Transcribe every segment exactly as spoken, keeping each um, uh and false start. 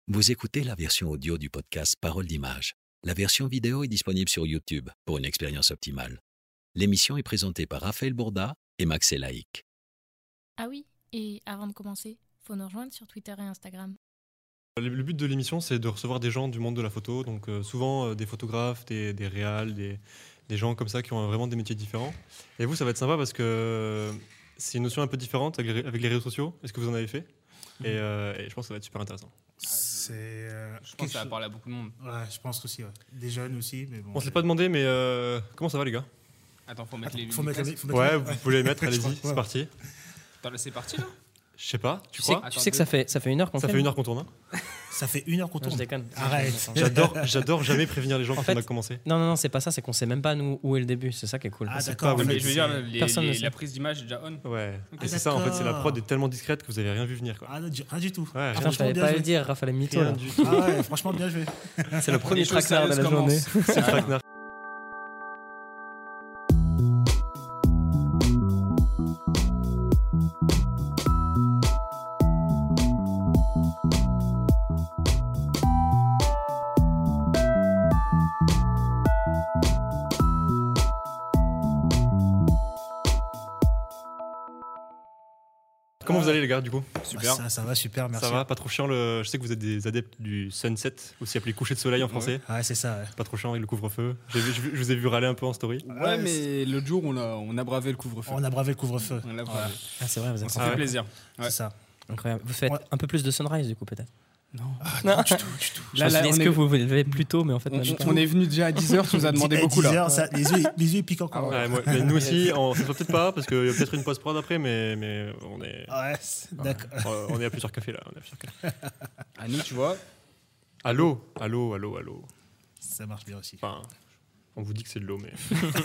Vous écoutez la version audio du podcast Parole d'Image. La version vidéo est disponible sur YouTube pour une expérience optimale. L'émission est présentée par Raphaël Bourda et Max Elaïc. Ah oui, et avant de commencer, faut nous rejoindre sur Twitter et Instagram. Le but de l'émission, c'est de recevoir des gens du monde de la photo, donc euh, souvent euh, des photographes, des, des réals, des, des gens comme ça qui ont vraiment des métiers différents. Et vous, ça va être sympa parce que euh, c'est une notion un peu différente avec les, avec les réseaux sociaux. Est-ce que vous en avez fait ? et, euh, et je pense que ça va être super intéressant. C'est, euh, je pense que ça va parler à beaucoup de monde. Ouais, je pense aussi. Ouais. Des jeunes aussi. Mais bon, On ne se l'est pas demandé, mais euh, comment ça va les gars ? Attends, faut mettre Attends, les faut mettre les- faut mettre Ouais, les- vous pouvez les mettre, allez-y, Ouais. c'est parti. Attends, là, c'est parti là. Je sais pas, tu Tu sais, crois tu sais que ça fait, ça fait une heure qu'on Ça fait fait une heure qu'on tourne. Hein. Ça fait une heure qu'on Non, je tourne. déconne. Arrête. J'adore, j'adore jamais prévenir les gens En quand fait- on a commencé. Non, non, non, c'est pas ça, c'est qu'on sait même pas nous où est le début, c'est ça qui est cool. Ah, c'est d'accord. pas en vrai. fait, Mais je veux dire, c'est- les- Personne les- ne sait. la prise d'image est déjà on. Ouais. Ah, Et c'est ça en fait, c'est la d'accord. prod est tellement discrète que vous avez rien vu venir quoi. Ah, non, du- rien du tout. Ouais, Ah, Putain, je franchement, savais bien pas joué. le dire, Raphaël est mytho là. Rien du tout. Ah ouais, franchement, bien joué. C'est le premier Les choses traquenard de la sérieuses journée. commencent. C'est traquenard. Comment vous allez les gars du coup ? Super. Ça, ça va, super, merci. Ça va, pas trop chiant le... Je sais que vous êtes des adeptes du sunset, aussi appelé coucher de soleil en français. Ouais, c'est ça. Ouais. Pas trop chiant avec le couvre-feu. J'ai vu- je je vous ai vu râler un peu en story. Ouais, Ouais, mais l'autre jour, on a, on a bravé le couvre-feu. On a bravé le couvre-feu. On l'a Voilà. bravé. Ah, c'est vrai, vous On êtes s'en Ah fait ouais. plaisir. Ouais. C'est ça. incroyable. Vous faites Ouais. un peu plus de sunrise du coup, peut-être. Non. Non, Du tout, du tout. je me suis dit, est-ce que vous vous levez plus tôt, mais en fait, On, même pas. on est venu déjà à dix heures, tu nous as demandé Eh, beaucoup dix là. heures, ça- les, yeux, les yeux ils piquent encore. Ah Ouais, moi- mais nous aussi, on, ça se voit peut-être pas parce qu'il y a peut-être une post-prod après, mais, mais on est, Ouais, c'est- d'accord. euh, on est à plusieurs cafés là. On est à plusieurs cafés. À nous, tu vois. Allô, allô, allô, allô. Ça marche bien aussi. Enfin, on vous dit que c'est de l'eau, mais.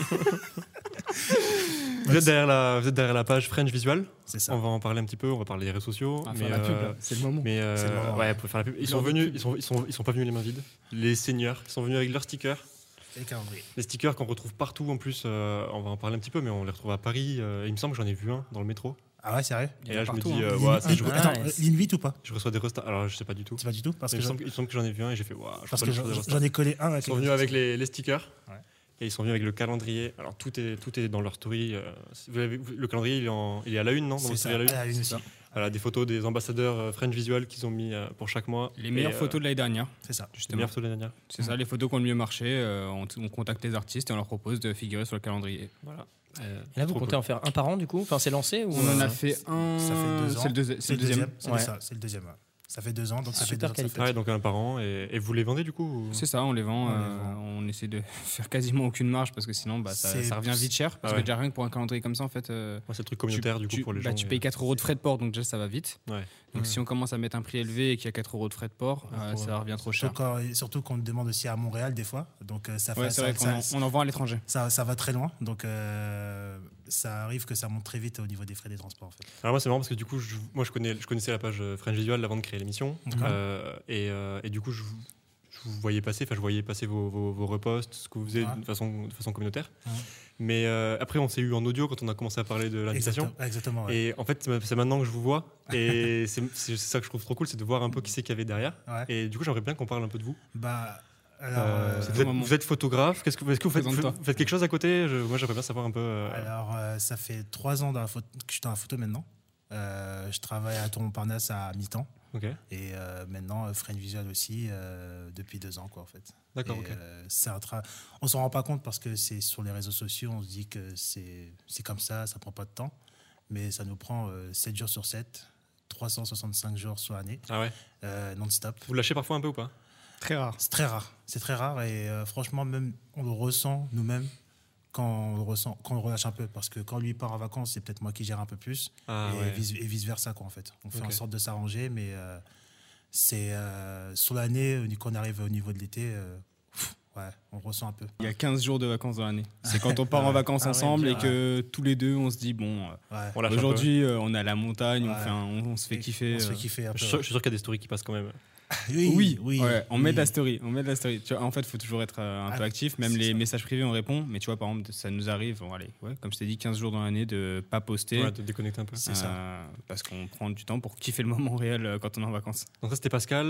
vous, êtes derrière la, vous êtes derrière la page French Visual. C'est ça. On va en parler un petit peu, on va parler des réseaux sociaux. On va mais faire la pub euh, là. C'est le moment. Mais euh, C'est le moment, ouais, ouais. pour faire la pub. Ils L'heure sont de venus, pub. ils sont, ils sont, ils sont pas venus les mains vides. Les seniors, ils sont venus avec leurs stickers. Et calendrier. Les stickers qu'on retrouve partout en plus. euh, on va en parler un petit peu, mais on les retrouve à Paris. euh, il me semble que j'en ai vu un dans le métro. Ah ouais, sérieux. Il y Et en a là, je me partout, dis, hein. euh, Ligne- ouais, c'est- je, Ah, Attends, nice. euh, L'invite ou pas? je reçois des restos. Alors, je sais pas du tout. C'est pas du tout parce Mais que il, me j'en- semble, il me semble que j'en ai vu un et j'ai fait, waouh, je parce reçois que des j'en restos. j'en ai collé un. Ils sont venus avec les, les stickers. Ouais. Et ils sont venus avec le calendrier. Alors tout est, tout est dans leur story. euh, vous avez vu- le calendrier, il est, en- il est à la une, non? Dans C'est votre ça. story à la une. Ah, la une C'est aussi. Voilà, des photos des ambassadeurs euh, French Visual qu'ils ont mis euh, pour chaque mois. Les meilleures Et, euh, photos de l'année dernière, C'est ça. Les justement. meilleures photos de l'année dernière. C'est ça, les photos qui ont le mieux marché. euh, on, on contacte les artistes et on leur propose de figurer sur le calendrier. Voilà. Et là, vous Trop comptez cool. en faire un par an du coup. Enfin, c'est lancé ou On en euh, a fait un. Ça fait deux ans. C'est le, deuxi- c'est le deuxième. C'est Ouais. ça, c'est le deuxième. ouais. Ça fait deux ans, donc ça fait Super deux ans. que ça qualité. fait. Ouais, donc un par an. Et, et vous les vendez du coup ou- C'est ça, on les vend. On les euh, vend. on essaie de faire quasiment aucune marge parce que sinon bah, ça, C'est- ça revient vite cher. Parce Ah ouais. que déjà rien que pour un calendrier comme ça, en fait. euh, Ouais, c'est le truc communautaire du coup tu, pour les bah, gens. tu et- payes quatre euros de frais de port, donc déjà ça va vite. Ouais. Donc Ouais. si on commence à mettre un prix élevé et qu'il y a quatre euros de frais de port, Ouais, euh, pour- ça revient trop cher. Surtout quand- Surtout qu'on demande aussi à Montréal des fois. Donc euh, ça, fait, Ouais, c'est ça, vrai qu'on en, ça, on en vend à l'étranger. ça- ça va très loin. Donc euh, ça arrive que ça monte très vite au niveau des frais des transports. En fait. Alors moi c'est marrant parce que du coup je, moi je connais je connaissais la page euh, French Visual avant de créer l'émission. D'accord. Euh, et, euh, et du coup je, vous- je vous voyais passer, enfin je voyais passer vos, vos, vos reposts, ce que vous faisiez Ouais. de façon de façon communautaire. Ouais. Mais euh, après on s'est eu en audio quand on a commencé à parler de l'invitation. Exactement. Exactement ouais. Et en fait c'est c'est maintenant que je vous vois et c'est c'est ça que je trouve trop cool, c'est de voir un peu qui c'est qu'il y avait derrière. Ouais. Et du coup j'aimerais bien qu'on parle un peu de vous. Bah, alors, Euh, euh, vous, le êtes, moment. vous êtes photographe, qu'est-ce que, est-ce que vous faites, Présente-toi. vous faites quelque chose à côté? Je- Moi j'aimerais bien savoir un peu. euh, alors euh, ça fait trois ans dans la photo, que je suis dans la photo maintenant. Euh, je travaille à Tour Montparnasse à mi-temps. Ok, Et euh, maintenant, euh, French Visual aussi, euh, depuis deux ans, quoi, en fait. d'accord, Et, ok. euh, c'est un tra- on s'en rend pas compte parce que c'est sur les réseaux sociaux, on se dit que c'est, c'est comme ça, ça prend pas de temps. Mais ça nous prend euh, sept jours sur sept, trois cent soixante-cinq jours sur l'année, Ah ouais. euh, non-stop. Vous lâchez parfois un peu ou pas? Très rare. C'est très rare. C'est très rare et euh, franchement, même on le ressent nous-mêmes quand on le ressent, quand on le relâche un peu. Parce que quand lui part en vacances, c'est peut-être moi qui gère un peu plus Ah et, ouais. vice, et vice versa, quoi, en fait. On fait Ok. en sorte de s'arranger, mais euh, c'est euh, sur l'année, euh, quand on arrive au niveau de l'été, euh, pff, ouais, on le ressent un peu. Il y a quinze jours de vacances dans l'année. C'est quand on part Ah en ouais. vacances Ah ouais, ensemble bien, et que tous les deux on se dit bon, euh, Ouais. On lâche un peu. aujourd'hui euh, on est à la montagne, on, Ouais. fait un- on, on se fait Et kiffer. On se fait euh. kiffer un peu. Je suis sûr, je suis sûr qu'il y a des stories qui passent quand même. Oui, Oui, oui. ouais, on oui. met de la story, on met de la story. Tu vois, en fait, il faut toujours être euh, un Ah, peu actif. Même c'est les ça. messages privés, on répond. Mais tu vois, par exemple, ça nous arrive, bon, allez, ouais, comme je t'ai dit, quinze jours dans l'année de pas poster. Ouais, de déconnecter un peu. C'est ça. euh, parce qu'on prend du temps pour kiffer le moment réel euh, quand on est en vacances. Donc ça c'était Pascal.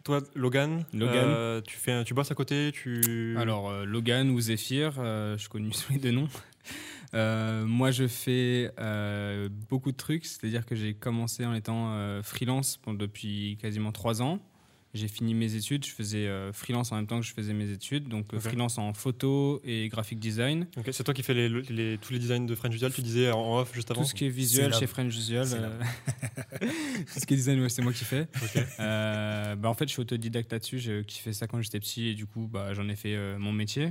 Toi, Logan, Logan. euh, tu, fais, un- tu bosses à côté tu... Alors, euh, Logan ou Zephyr, euh, je suis connu sous les deux noms. Euh, moi, je fais euh, beaucoup de trucs, c'est-à-dire que j'ai commencé en étant euh, freelance pendant- depuis quasiment trois ans. J'ai fini mes études, je faisais euh, freelance en même temps que je faisais mes études, donc euh, Ok. freelance en photo et graphic design. Ok, c'est toi qui fais les, les- tous les designs de French Visual, tu disais en off juste avant. Tout ce qui est visuel C'est chez là- French Visual, c'est là. euh, tout ce qui est design, ouais, c'est moi qui fais. Ok. Euh, bah, en fait, je suis autodidacte là-dessus. J'ai kiffé ça quand j'étais petit et du coup, bah, j'en ai fait euh, mon métier.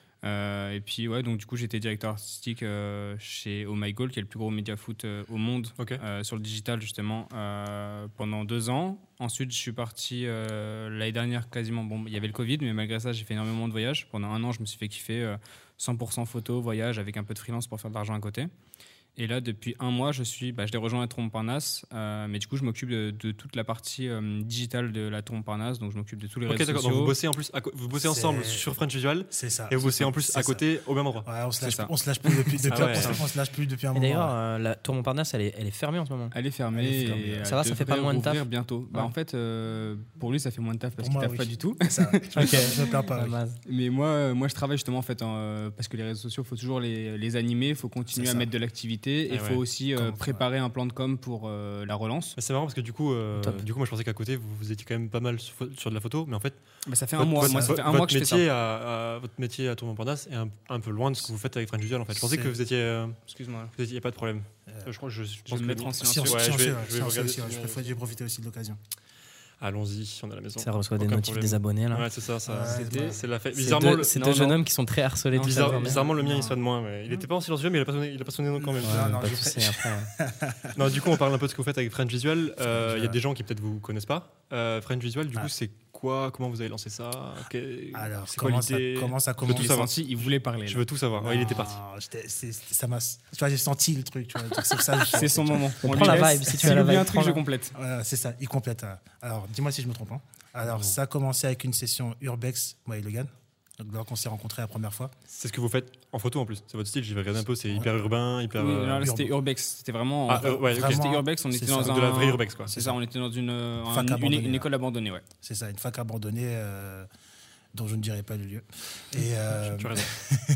Euh, et puis, ouais, donc du coup, j'étais directeur artistique euh, chez Oh My Goal, qui est le plus gros média foot euh, au monde, Ok. euh, sur le digital justement, euh, pendant deux ans. Ensuite, je suis parti euh, l'année dernière quasiment. Bon, il y avait le Covid, mais malgré ça, j'ai fait énormément de voyages. Pendant un an, je me suis fait kiffer euh, cent pour cent photo, voyage, avec un peu de freelance pour faire de l'argent à côté. Et là, depuis un mois, je suis, bah, je l'ai rejoint à Tour Montparnasse, euh, mais du coup, je m'occupe de, de toute la partie euh, digitale de la Tour Montparnasse, donc je m'occupe de tous les Ok, réseaux d'accord. sociaux. Donc vous bossez en plus, à co- vous bossez C'est- ensemble sur French Visual C'est ça. et vous bossez C'est en ça. plus C'est à ça. côté au même endroit. Ouais, on se C'est lâche, ça. on se lâche plus depuis, depuis Ah ouais. on se- on se lâche plus depuis un Et moment. d'ailleurs, ouais. euh, la tour Montparnasse, elle est, elle est fermée en ce moment. Elle est fermée. Elle est fermée, et ouais. elle Ça va, ça fait pas devrait moins de taf rouvrir bientôt. Bah, Ouais. en fait, euh, pour lui, ça fait moins de taf parce Pour qu'il moi, taffe oui. pas du tout. C'est ça. Je me Ok. plains- je me plains pas. Pas oui. mal. Mais moi, euh, moi, je travaille justement en fait, en, euh, parce que les réseaux sociaux, il faut toujours les, les animer, il faut continuer C'est à ça. mettre de l'activité et il Ah faut ouais. aussi euh, Comment- préparer un plan de com pour euh, la relance. Mais c'est marrant parce que du coup, euh, Top. du coup, moi je pensais qu'à côté vous, vous étiez quand même pas mal sur, sur de la photo, mais en fait, Bah, ça fait un votre, mois. votre- Moi, ça fait un votre mois que je fais ça. métier à, à- votre métier à Tour Montparnasse est un, un peu loin de ce que vous faites avec French Visual en fait. Je pensais C'est- que vous étiez, euh, Excuse-moi. vous étiez pas de problème. Euh, je crois, je, je Je pense vais me que- mettre en silence. Si on Ouais, si on je vais- sait, je vais si on regarder sait aussi, si ouais, on- je préfère j'ai profité aussi de l'occasion. Allons-y, on a la maison. Ça reçoit des Aucun notifs problème. des abonnés là. Ouais, c'est ça, ça. Ouais, C'était- ouais. c'est la fête. Ces Bizarrement, deux, le, ces non, deux jeunes non. hommes qui sont très harcelés. Non, toute la bizarre- journée. bizarrement, le mien il Non. sonne moins. Mais il était pas en silencieux, mais il a pas sonné, il a pas sonné non quand même. Ouais, Non, non, pas de je- soucis, après. Non, du coup, on parle un peu de ce que vous faites avec French Visual. Euh, Il y a Visual. des gens qui peut-être vous connaissent pas. Euh, French Visual, du Ah. coup, c'est quoi? Comment vous avez lancé ça? Que- Alors, c'est quoi comment ça, l'idée? comment ça Je veux commence tout Il, savoir. senti, il voulait parler. Je là. veux tout savoir. Ouais, il était parti. Non, j'étais- c'est- c'est- ça m'a, tu vois, j'ai senti le truc. Tu vois, le truc, c'est pour ça que je- C'est son moment. On lui prend la laisse. vibe, si tu S'il as la oublie vibe, un truc, prends je la- complète. Voilà, c'est ça, il complète. hein. Alors, dis-moi si je me trompe. hein. Alors, ça a commencé avec une session Urbex, moi et Logan. Donc, là qu'on s'est rencontrés la première fois. C'est ce que vous faites en photo en plus. C'est votre style. J'ai regardé un peu. C'est Ouais. hyper urbain, hyper. Oui, euh, alors là, Urbex. c'était Urbex. C'était vraiment. Ah, euh, ouais, ok. Vraiment, C'était Urbex. On c'est était ça, dans de un. la vraie urbex quoi. C'est ça, on était dans une, euh, Fac un- une, abandonnée, une là. école abandonnée, ouais. C'est ça, une fac abandonnée euh, dont je ne dirai pas le lieu. Et, euh, Tu as raison.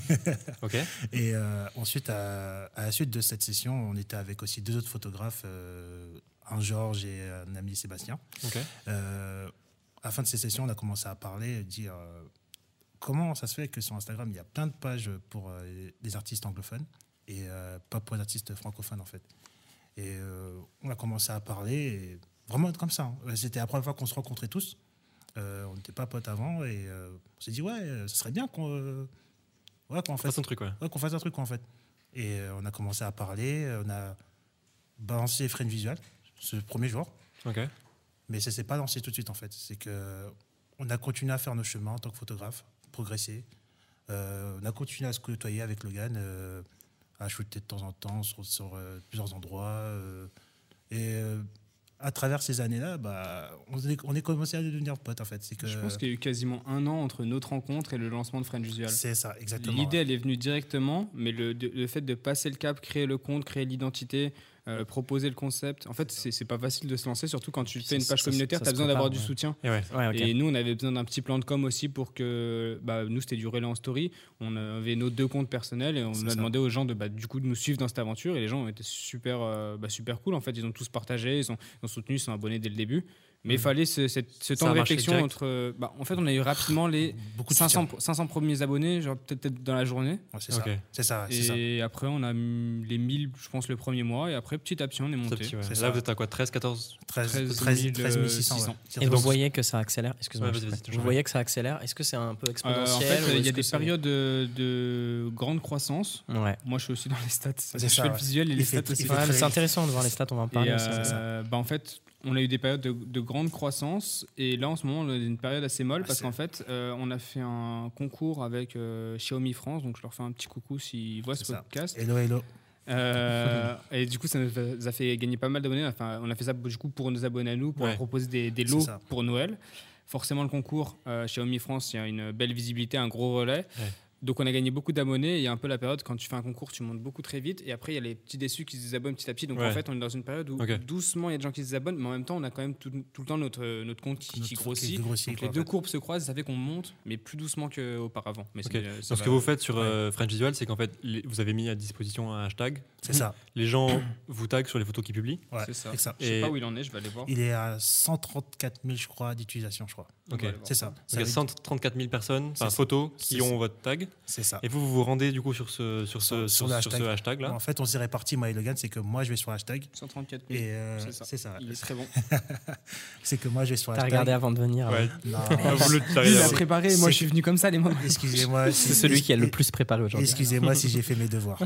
Ok. et euh, ensuite, à, à la suite de cette session, on était avec aussi deux autres photographes, euh, un Georges et un ami Sébastien. Ok. Euh, à la fin de ces sessions, on a commencé à parler, dire euh, comment ça se fait que sur Instagram, il y a plein de pages pour euh, des artistes anglophones et euh, pas pour les artistes francophones, en fait. Et euh, on a commencé à parler, et vraiment comme ça. hein. C'était la première fois qu'on se rencontrait tous. Euh, on n'était pas potes avant, et euh, on s'est dit, ouais, euh, ce serait bien qu'on euh, ouais, qu'on fasse, Fasse un truc ouais. ouais, qu'on fasse un truc, en fait. Et euh, on a commencé à parler, on a balancé French Visual ce premier jour. Ok. Mais ça ne s'est pas lancé tout de suite, en fait. C'est qu'on a continué à faire nos chemins en tant que photographe, progresser. Euh, on a continué à se côtoyer avec Logan, euh, à shooter de temps en temps sur, sur, euh, plusieurs endroits. euh, et euh, à travers ces années-là, bah, on, est, on est commencé à devenir potes, en fait. C'est que, Je pense qu'il y a eu quasiment un an entre notre rencontre et le lancement de French Visual. c'est ça, exactement. L'idée, elle est venue directement, mais le, de- le fait de passer le cap, créer le compte, créer l'identité, euh, proposer le concept, en fait, c'est c'est pas facile de se lancer, surtout quand tu fais une Ça- page ça- communautaire, ça tu as se besoin d'avoir prépare, du ouais. soutien. Et ouais. Ouais, ok. Et nous, on avait besoin d'un petit plan de com aussi pour que, bah, nous, c'était du relais en story. On avait nos deux comptes personnels et on C'est a ça. demandé aux gens de, bah, du coup, de nous suivre dans cette aventure. Et les gens ont été super, euh, bah, super cool. En fait, ils ont tous partagé, ils ont, ils ont soutenu, ils sont abonnés dès le début. Mais il Mhm. fallait ce, cette- ce Ça temps a de marché réflexion direct. entre. Bah, en fait, on a eu rapidement les Beaucoup de cinq cents, soutien. cinq cents premiers abonnés, genre peut-être peut-être dans la journée. Ouais, c'est Ok. ça. C'est ça, c'est ça. Et après, on a mis les mille, je pense, le premier mois. Et après, petit à petit, on est C'est monté. petit, ouais. C'est Là ça. vous êtes à quoi? treize, quatorze? treize, treize treize, mille, treize mille six cents. six ouais. cents. Et vous Donc- voyez que ça accélère. Excuse-moi. Ouais, je vas-y, te vas-y, coupe. Vous voyez que ça accélère. Est-ce que c'est un peu Euh, en exponentiel fait, ou il y est-ce a que des c'est- périodes de, de grande croissance. Ouais. Moi, je suis aussi dans les stats. Je C'est fais ça, le ouais. visuel et Il les fait- stats aussi. il fait Ouais, mais très c'est vite. intéressant de voir les stats. On va en Et parler. euh, aussi, c'est ça. bah, en fait, on a eu des périodes de, de grande croissance et là, en ce moment, on a une période assez molle Ah, parce c'est- qu'en fait, euh, on a fait un concours avec euh, Xiaomi France, donc je leur fais un petit coucou s'ils voient ce C'est ça. podcast. Hello, hello. Euh, et du coup, ça nous a fait gagner pas mal d'abonnés. Enfin, on a fait ça du coup pour nos abonnés à nous, pour Ouais. leur proposer des, des C'est lots ça. pour Noël. Forcément, le concours euh, chez Xiaomi France, il y a une belle visibilité, un gros relais. Ouais. Donc on a gagné beaucoup d'abonnés. Il y a un peu la période quand tu fais un concours, tu montes beaucoup très vite. Et après, il y a les petits déçus qui se désabonnent petit à petit. Donc Ouais. en fait, on est dans une période où Ok. doucement, il y a des gens qui se désabonnent. Mais en même temps, on a quand même tout, tout le temps notre, notre compte qui, Notre qui truc grossit. qui grossit, Donc quoi, les en deux fait. courbes se croisent. Ça fait qu'on monte, mais plus doucement qu'auparavant. Mais Ok. c'est, euh, ça Donc, ce va- que vous faites sur euh, French Visual, c'est qu'en fait, les- vous avez mis à disposition un hashtag. C'est ça. Les gens vous taguent sur les photos qu'ils publient. Ouais, C'est ça. c'est ça. Je sais Et- pas où il en est, je vais aller voir. Il est à cent trente-quatre mille, je crois, d'utilisation, je crois. On Ok. va aller voir C'est ça. Il y a veut- cent trente-quatre mille personnes, enfin C'est ça. photos, qui C'est ont ça. votre tag. C'est ça. Et vous, vous vous rendez du coup sur ce, sur ce, Sur- sur, sur le sur ce hashtag. hashtag là. En fait, on s'est réparti, moi et Logan, c'est que moi, je vais sur hashtag. cent trente-quatre mille. Et euh, C'est ça. c'est ça. Il est très bon. C'est que moi, je vais sur T'as hashtag. regardé avant de venir. Ouais. ouais. Non, Ah, vous le- Lui, il t'arrives a à- préparé. c'est- Moi, je suis venu comme ça, les moments. excusez-moi. C'est celui qui a le plus préparé aujourd'hui. Excusez-moi si j'ai fait mes devoirs.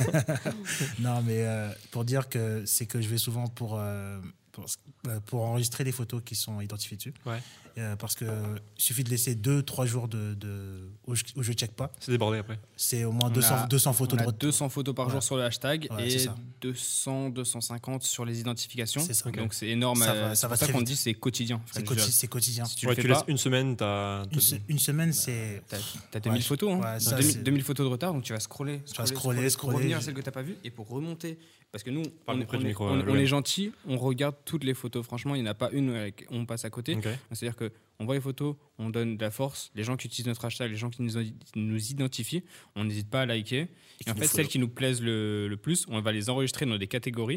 Non, mais euh, pour dire que c'est que je vais souvent pour, euh, pour, euh, pour enregistrer les photos qui sont identifiées dessus. Ouais. Euh, parce qu'il suffit de laisser deux trois jours de, de, où je ne check pas. C'est débordé après. C'est au moins On deux cents, a- deux cents photos on de a retour. deux cents photos par Ouais. jour sur le hashtag Ouais, c'est et ça. deux cents, deux cent cinquante sur les identifications. C'est ça. Donc c'est énorme. Ça euh, va- c'est ça pour va ça très qu'on vite. dit c'est quotidien. C'est, French quoti- Visual. c'est quotidien. Si tu Ouais, le tu fais laisses pas, une semaine, t'as. Une, se- une semaine, c'est. t'as, t'as deux mille Ouais, photos. Hein. ouais, ça, deux mille, c'est- deux mille photos de retard, donc tu vas scroller, vas scroller, pour scroller. revenir à celle que t'as pas vue et pour remonter. Parce que nous, Parle on, est- près on du est, micro, on- euh, on Logan. est gentil, on regarde toutes les photos. Franchement, il n'y en a pas une avec on passe à côté. Ok. C'est-à-dire que on voit les photos, on donne de la force. Les gens qui utilisent notre hashtag, les gens qui nous, nous identifient, on n'hésite pas à liker. Et en nous fait, follow. celles qui nous plaisent le, le plus, on va les enregistrer dans des catégories.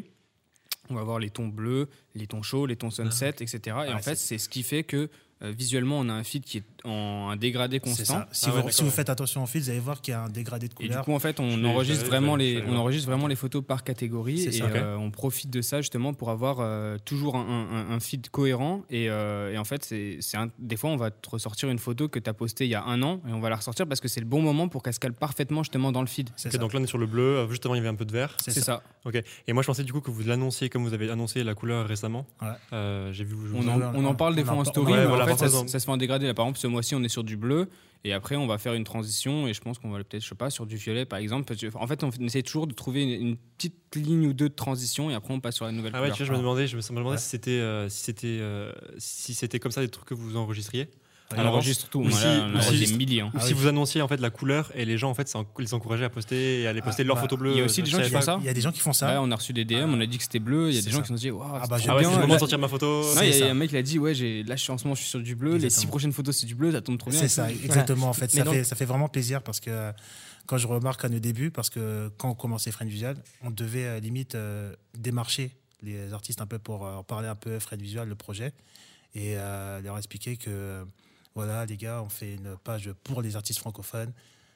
On va voir les tons bleus, les tons chauds, les tons sunset, et cetera. Et Ouais, en fait, c'est ce qui fait que euh, visuellement, on a un feed qui est en un dégradé C'est constant. ça. Si, Ah vous, ouais, si d'accord. vous faites attention au fil, vous allez voir qu'il y a un dégradé de Et du couleur. coup, en fait, on Je vais- enregistre je vais- vraiment je vais- les, je vais on voir. enregistre vraiment les photos par catégorie C'est et ça. euh, on profite de ça justement pour avoir euh, toujours un, un- un feed cohérent. Et, euh, et en fait, c'est, c'est un- des fois, on va te ressortir une photo que tu as postée il y a un an et on va la ressortir parce que c'est le bon moment pour qu'elle se cale parfaitement justement dans le feed. C'est Ok, ça. donc là on est sur le bleu, euh, juste avant il y avait un peu de vert. C'est C'est ça. ça. Ok. Et moi je pensais du coup que vous l'annonciez comme vous avez annoncé la couleur récemment. Ouais. Euh, j'ai vu. je vous On en- en, on- on en parle des on fois en en par- story, ouais, mais voilà, en fait, ça, parlons-en. se- ça se fait en dégradé. Là, par exemple, ce mois-ci, on est sur du bleu. Et après, on va faire une transition. Et je pense qu'on va aller peut-être, je sais pas, sur du violet, par exemple. Parce que, en fait, on essaie toujours de trouver une, une petite ligne ou deux de transition. Et après, on passe sur la nouvelle Ah ouais, couleur. tu vois, je me demandais, je me, ça me demandais Ouais. si c'était, euh, si c'était, euh, si c'était comme ça des trucs que vous enregistriez. On Alors, enregistre tout. ou On si- a- on ou enregistre si- des milliers. hein. Ou Ah si oui. vous annonciez en fait la couleur et les gens en fait ça en- les encourageaient à poster et à aller poster Ah, leurs bah, photos bleues. il y a aussi des gens qui Je savais font pas. ça. Il y a des gens qui font ça. Ouais, on a reçu des D M, on a dit que c'était bleu. Il y a C'est des gens ça. qui se sont dit, waouh, Ah c'est bah, trop j'ai Ah ouais, bien. c'est le moment Là- de sortir ma photo. Ouais, C'est il y a ça. un mec qui a dit, ouais, j'ai, là, je suis en ce moment, je suis sur du bleu. Les six Exactement. prochaines photos, c'est du bleu. Ça tombe trop bien. C'est et ça, tout. exactement. En fait, Mais ça, donc- fait, ça fait vraiment plaisir parce que euh, quand je remarque à nos débuts, parce que quand on commençait French Visual, on devait euh, limite euh, démarcher les artistes un peu pour euh, parler un peu French Visual, le projet, et euh, leur expliquer que euh, voilà, les gars, on fait une page pour les artistes francophones.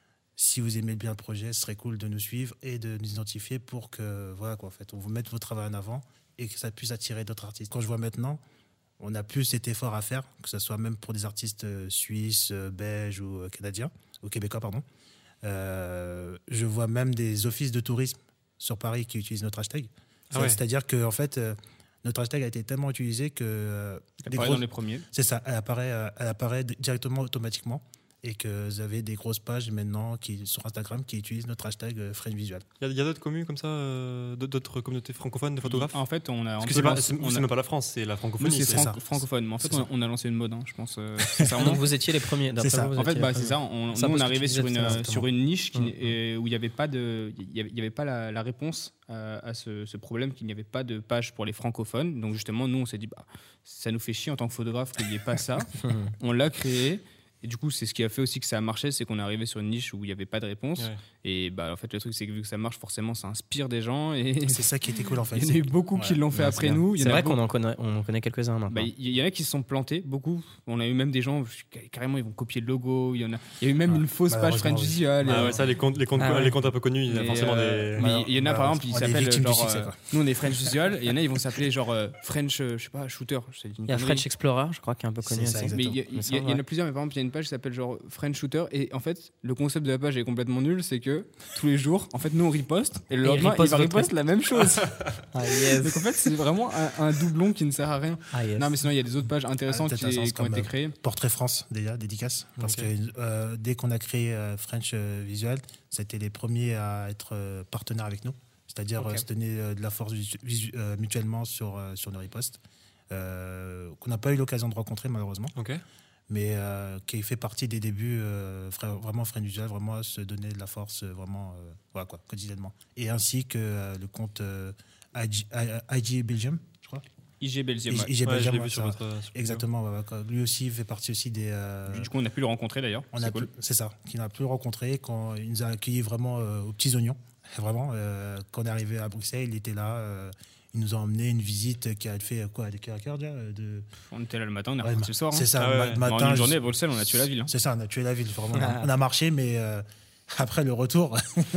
Si vous aimez bien le projet, ce serait cool de nous suivre et de nous identifier pour que, voilà, quoi, en fait, on vous mette votre travail en avant et que ça puisse attirer d'autres artistes. Quand je vois maintenant, on a plus cet effort à faire, que ce soit même pour des artistes euh, suisses, euh, belges ou euh, canadiens, ou québécois, pardon. Euh, je vois même des offices de tourisme sur Paris qui utilisent notre hashtag. Ah ouais. C'est-à-dire que en fait, euh, notre hashtag a été tellement utilisé que euh, Ça des paraît grosses- dans les premiers. c'est ça, elle apparaît, euh, elle apparaît d- directement automatiquement et que vous avez des grosses pages maintenant qui, sur Instagram qui utilisent notre hashtag euh, French Visual. Il y a, il y a d'autres communes comme ça, euh, d'autres communautés francophones de photographes. En fait, on a. Parce on que peut c'est pas, lancer- c'est, on c'est a- même pas la France, c'est la Nous, francophonie. c'est c'est franco- ça. francophone. Mais en fait, C'est on, ça. on a lancé une mode, hein, je pense. euh, Ah, sincèrement. donc vous étiez les premiers. d'après ça. vous, vous En fait, étiez bah, les c'est premiers. ça. On, Ça, nous, on parce que arrivait tu sur disais une, tout à l'heure, sur une niche qui, Mhm. euh, où il n'y avait pas de, il y avait, il y avait pas la, la réponse à, à ce, ce problème, qu'il n'y avait pas de page pour les francophones. Donc justement, nous, on s'est dit, bah, ça nous fait chier en tant que photographe qu'il n'y ait pas ça. On l'a créé. Et du coup, c'est ce qui a fait aussi que ça a marché, c'est qu'on est arrivé sur une niche où il n'y avait pas de réponse. Ouais. Et bah, en fait, le truc, c'est que vu que ça marche, forcément, ça inspire des gens. Et C'est ça qui était cool en fait. il y en a eu beaucoup qui Ouais. l'ont fait Ouais, après c'est bien. nous. Il y C'est en a vrai beaucoup- qu'on en connaît, on en connaît quelques-uns maintenant. bah, il y en a qui se sont plantés, beaucoup. On a eu même des gens, carrément, ils vont copier le logo. Il y en a, il y a eu même Ouais, une fausse page malheureusement, French oui. Visual. Ah et- ouais, ça, les comptes, les comptes, Ah ouais. les comptes un peu connus, il y a et, forcément euh, des. mais il y en a, par Malheureusement, exemple, ils on est s'appellent victimes du genre. succès, euh, quoi. nous, on est French Visual. Et il y en a, ils vont s'appeler genre euh, French, euh, je sais pas, Shooter. c'est une Il y a connerie. French Explorer, je crois, qui est un peu connu C'est ça, aussi. Mais il y, a- Il me il y a- semble, il y en ouais. a plusieurs, mais par exemple, il y a une page qui s'appelle genre French Shooter. Et en fait, le concept de la page est complètement nul. C'est que tous les jours, en fait, nous, on riposte. Et le Et il lendemain, il riposte va votre riposte la même chose. Ah, yes. Donc en fait, c'est vraiment un, un doublon qui ne sert à rien. Ah, yes. Non, mais sinon, il y a des autres pages intéressantes Ah, qui, intéressant, qui ont comme, été euh, créées. Portrait France, déjà, dédicace. Parce Ok. que euh, dès qu'on a créé euh, French euh, Visual, c'était les premiers à être euh, partenaires avec nous. C'est-à-dire Ok. euh, se donner euh, de la force visu- visu- euh, mutuellement sur, euh, sur nos ripostes. Euh, qu'on n'a pas eu l'occasion de rencontrer, malheureusement. Ok. mais euh, qui fait partie des débuts, euh, fra- vraiment Friend Visual, vraiment se donner de la force, euh, vraiment, euh, voilà quoi, quotidiennement. Et ainsi que euh, le compte euh, I G, I G Belgium, je crois. I G Belgium. I G ouais. I G Ouais, je Belgium, l'ai ouais, vu sur ça. votre. sur votre Exactement, ouais, ouais, quoi. Lui aussi fait partie aussi des. euh, Du coup, on a pu le rencontrer d'ailleurs. on C'est a cool. pu- c'est ça, qu'il n'a plus rencontré quand il nous a accueillis vraiment euh, aux petits oignons. Vraiment, euh, quand on est arrivé à Bruxelles, il était là. euh, il nous a emmené une visite qui a fait euh, quoi, de cœur à cœur déjà euh, de... On était là le matin, on est Ouais, reparti le soir. hein. C'est ça, Ah ouais, ma- ouais. En matin. une journée à je- Bruxelles, on a tué la ville. hein. C'est ça, on a tué la ville. Vraiment, on, a, Ah. on a marché, mais euh, après le retour.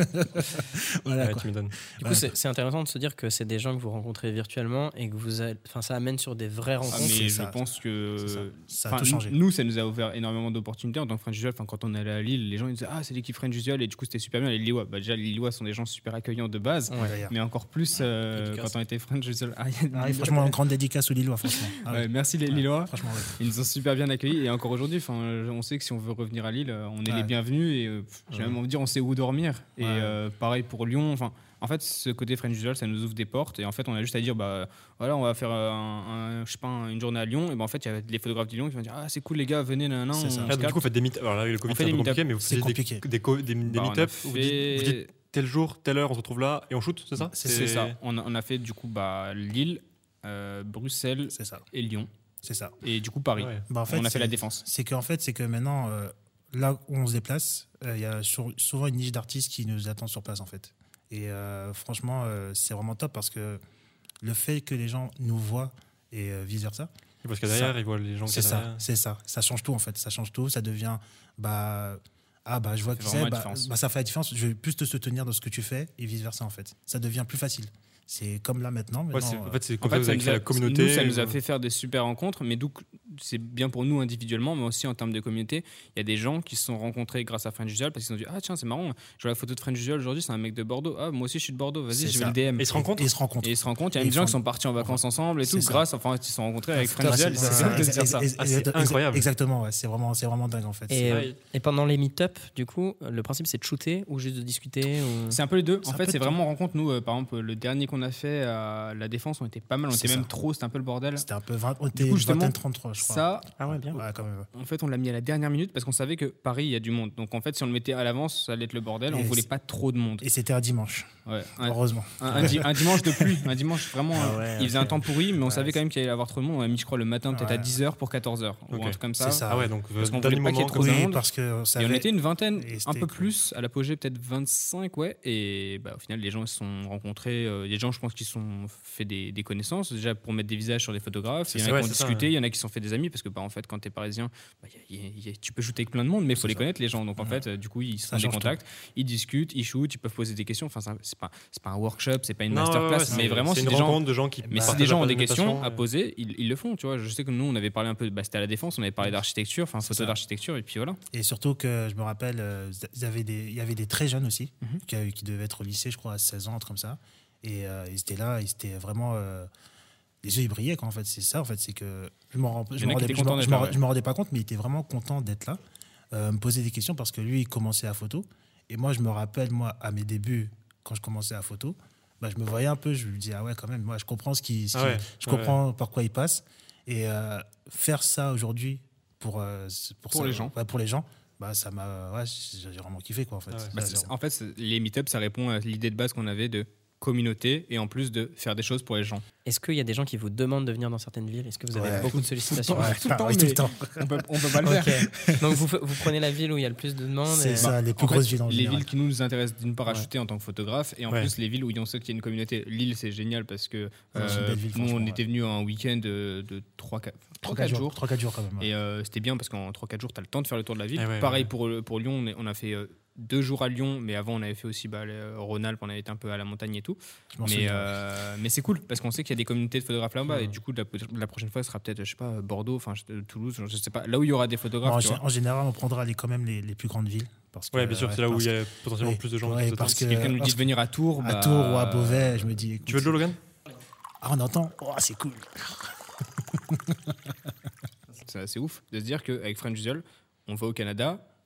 voilà Ouais, quoi. tu m'étonnes. Du coup, Ouais. c'est c'est intéressant de se dire que c'est des gens que vous rencontrez virtuellement et que vous avez, enfin, ça amène sur des vraies Ah, rencontres. mais c'est je ça. pense que C'est ça. Ça a Enfin, tout changé. Nous, nous, ça nous a ouvert énormément d'opportunités en tant que Friend Visual. Enfin, quand on allait à Lille, les gens ils disaient ah c'est l'équipe Friend Visual et du coup c'était super bien. Les Lillois, bah, déjà les Lillois sont des gens super accueillants de base, Ouais. D'ailleurs. mais encore plus euh, Dédicace. quand on était Friend Visual. Ah, il y a des Ah, et Lillois. franchement, grande dédicace aux Lillois, franchement. Ah, Ouais, ouais. merci les Ouais, Lillois. Franchement, ouais. Ils nous ont super bien accueillis et encore aujourd'hui, enfin, on sait que si on veut revenir à Lille, euh, on est Ouais. les bienvenus et euh, pff, j'ai Ouais. même envie de dire on sait où dormir. Et Ouais. euh, pareil pour Lyon. Enfin, en fait, ce côté Friend Visual, ça nous ouvre des portes et en fait, on a juste à dire bah voilà, on va faire euh, un, un- je sais pas un- une journée à Lyon et ben en fait, il y a les photographes de Lyon qui vont dire ah c'est cool les gars, venez nanana, C'est on ça. se Ah, donc, du capte. coup, vous faites des meet Alors là, avec le Covid, On fait c'est un des peu compliqué, meet-up. mais vous C'est faites compliqué. des, des, co- des, des Bah, on a meet-up où vous dites, fait- vous dites tel jour, telle heure, on se retrouve là et on shoot, c'est ça C'est- C'est ça. On a, on a fait du coup bah, Lille, euh, Bruxelles C'est ça, et Lyon. c'est ça. Et du coup Paris. Ouais. Bah, en fait, on a fait c'est- la défense. C'est qu'en fait, c'est que maintenant, euh, là où on se déplace, euh, il y a sur- souvent une niche d'artistes qui nous attendent sur place, en fait. Et euh, franchement, euh, c'est vraiment top parce que le fait que les gens nous voient et euh, vice-versa, Ils voient ce qu'il y a derrière, Ça- ils voient les gens qui c'est sont ça, derrière. c'est ça. Ça change tout, en fait. Ça change tout. Ça devient, bah, ah, bah, je vois Ça qui fait c'est, vraiment la bah, différence. bah, ça fait la différence. Je vais plus te soutenir dans ce que tu fais et vice-versa, en fait. Ça devient plus facile. C'est comme là maintenant. Ouais, maintenant, c'est- euh, en fait, c'est En comme ça fait, que vous ça avez nous, créé a, la communauté. nous, ça nous a euh, fait faire des super rencontres, mais donc c'est bien pour nous individuellement, mais aussi en termes de communauté. Il y a des gens qui se sont rencontrés grâce à Friend Visual parce qu'ils ont dit ah tiens c'est marrant, je vois la photo de Friend Visual aujourd'hui, c'est un mec de Bordeaux. Ah moi aussi je suis de Bordeaux, vas-y C'est je vais ça. le D M. Et ils se rencontrent Et ils se rencontrent. Et ils se rencontrent. Il y a Et des ils gens font- qui sont partis en vacances ensemble et C'est tout, ça. grâce, enfin ils se sont rencontrés avec Friend Ouais, Visual. c'est- C'est c'est- bien de ex- dire ça. ex- Ah, c'est ex- incroyable. Exactement, ouais. C'est vraiment, c'est vraiment dingue, en fait. Et, C'est- euh, Ouais. et pendant les meet-up, du coup, le principe c'est de shooter ou juste de discuter ou... C'est un peu les deux. C'est En un fait, peu c'est de vraiment rencontre. Nous, euh, par exemple, le dernier qu'on a fait à la Défense, on était pas mal. On C'est était même ça. trop. C'était un peu le bordel. C'était un peu vingt, on était coup, justement, vingtaine, trente-trois, je crois. Ça, Ah ouais, bien. Ouais, quand même. ouais. en fait, on l'a mis à la dernière minute parce qu'on savait que Paris, il y a du monde. Donc, en fait, si on le mettait à l'avance, ça allait être le bordel. On Et voulait c'est- pas trop de monde. Et c'était un dimanche, Ouais. Un, heureusement. un- un di- un dimanche de pluie. Un dimanche vraiment. Ah euh, ouais, il faisait ok. un temps pourri, mais on Ouais, savait c'est- quand même qu'il allait y avoir trop de monde. On a mis, je crois, le matin peut-être à Ouais. dix heures pour quatorze heures ou Ok. un truc comme ça. C'est ça. Ah ouais, donc Parce qu'on euh, dernier voulait pas qu'il y ait moment. trop de Oui, monde. parce que ça Et on avait- était une vingtaine, Et un c'était peu cool. plus, à l'apogée peut-être vingt-cinq, ouais. Et bah, au final, les gens se sont rencontrés. euh, Il y a des gens, je pense, qui se sont fait des, des connaissances, déjà pour mettre des visages sur des photographes. C'est Il y en ça, a ouais, qui ont c'est ça, discuté, ouais. il y en a qui se sont fait des amis, parce que bah, en fait, quand tu es parisien, bah, y a- y a- y a- tu peux shooter avec plein de monde, mais il faut C'est les ça. connaître, les gens. Donc en Ouais. fait, euh, du coup, ils se Ça font des change contacts, ils discutent, ils shootent, ils peuvent poser des questions. Enfin, c'est un- c'est pas, c'est pas un workshop, c'est pas une Non, ouais, masterclass, ouais, c'est- mais vraiment, c'est si une des gens. rencontre de gens qui. Mais si partagent des gens la ont des questions présentation, à euh, poser, ils, ils le font, tu vois. Je sais que nous, on avait parlé un peu, bah, c'était à la Défense, on avait parlé d'architecture, enfin, C'est photo ça. d'architecture, et puis voilà. Et surtout que je me rappelle, euh, il y avait des, il y avait des très jeunes aussi, Mhm. qui, qui devaient être au lycée, je crois, à seize ans, un truc comme ça. Et euh, ils étaient là, ils étaient vraiment. euh, les yeux, ils brillaient, quoi, en fait. C'est ça, en fait. C'est que je me rends- Il y je en me a qui rendais, étaient je me- contents je d'être me- là, ouais. je me rendais pas compte, mais il était vraiment content d'être là, euh, me poser des questions parce que lui, il commençait à photo. Et moi, je me rappelle, moi, à mes débuts, quand je commençais à photo, bah, je me voyais un peu, je me disais, ah ouais, quand même, moi, je comprends ce qui. ce Ah qui- ouais, je ouais, comprends par quoi il passe. Et euh, faire ça aujourd'hui pour, euh, pour, Pour ça- les gens. ouais, pour les gens, bah, ça m'a. Ouais, j'ai vraiment kiffé, quoi, en fait. Ah ouais. Bah, Ça, c'est- j'ai- en fait, c'est- les meet-up, ça répond à l'idée de base qu'on avait de communauté et en plus de faire des choses pour les gens. Est-ce qu'il y a des gens qui vous demandent de venir dans certaines villes? Est-ce que vous avez Ouais. beaucoup de sollicitations? Ouais, tout le temps, oui, tout mais- le temps. On peut, on peut pas le faire. Ok. Donc vous, f- vous prenez la ville où il y a le plus de demandes. C'est et- ça, les plus En fait, grosses villes en les général. villes qui nous intéressent d'une part à Ouais. shooter en tant que photographe et en Ouais. plus les villes où on sait qu'il y a une communauté. Lille, c'est génial parce que Ouais, c'est une euh, belle ville, nous, on franchement, était venus un week-end de, de trois quatre jours. trois quatre jours quand même. ouais. Et euh, c'était bien parce qu'en trois quatre jours, tu as le temps de faire le tour de la ville. Eh ouais, Pareil ouais. Pour, pour Lyon, on, est- on a fait euh, deux jours à Lyon, mais avant, on avait fait aussi bah, le Rhône-Alpes, on avait été un peu à la montagne et tout. Je m'en Mais, souviens. euh, mais c'est cool parce qu'on sait qu'il y a des communautés de photographes là-bas et du coup, la, la prochaine fois, ce sera peut-être, je sais pas, Bordeaux, enfin je- Toulouse, je sais pas, là où il y aura des photographes. en, tu gé- vois. en général, on prendra les, quand même les, les plus grandes villes. Parce que, Ouais, bien sûr, ouais, c'est là où parce il y a potentiellement oui, plus de gens. ouais, qui se parce tentent. Si que- quelqu'un nous dit parce de venir à Tours, À bah, Tours ou à Beauvais, je me dis. écoute, Tu veux de l'eau, Logan? Ah, on entend. Oh, c'est cool. C'est assez ouf de se dire qu'avec Friend Visual, on va au Canada,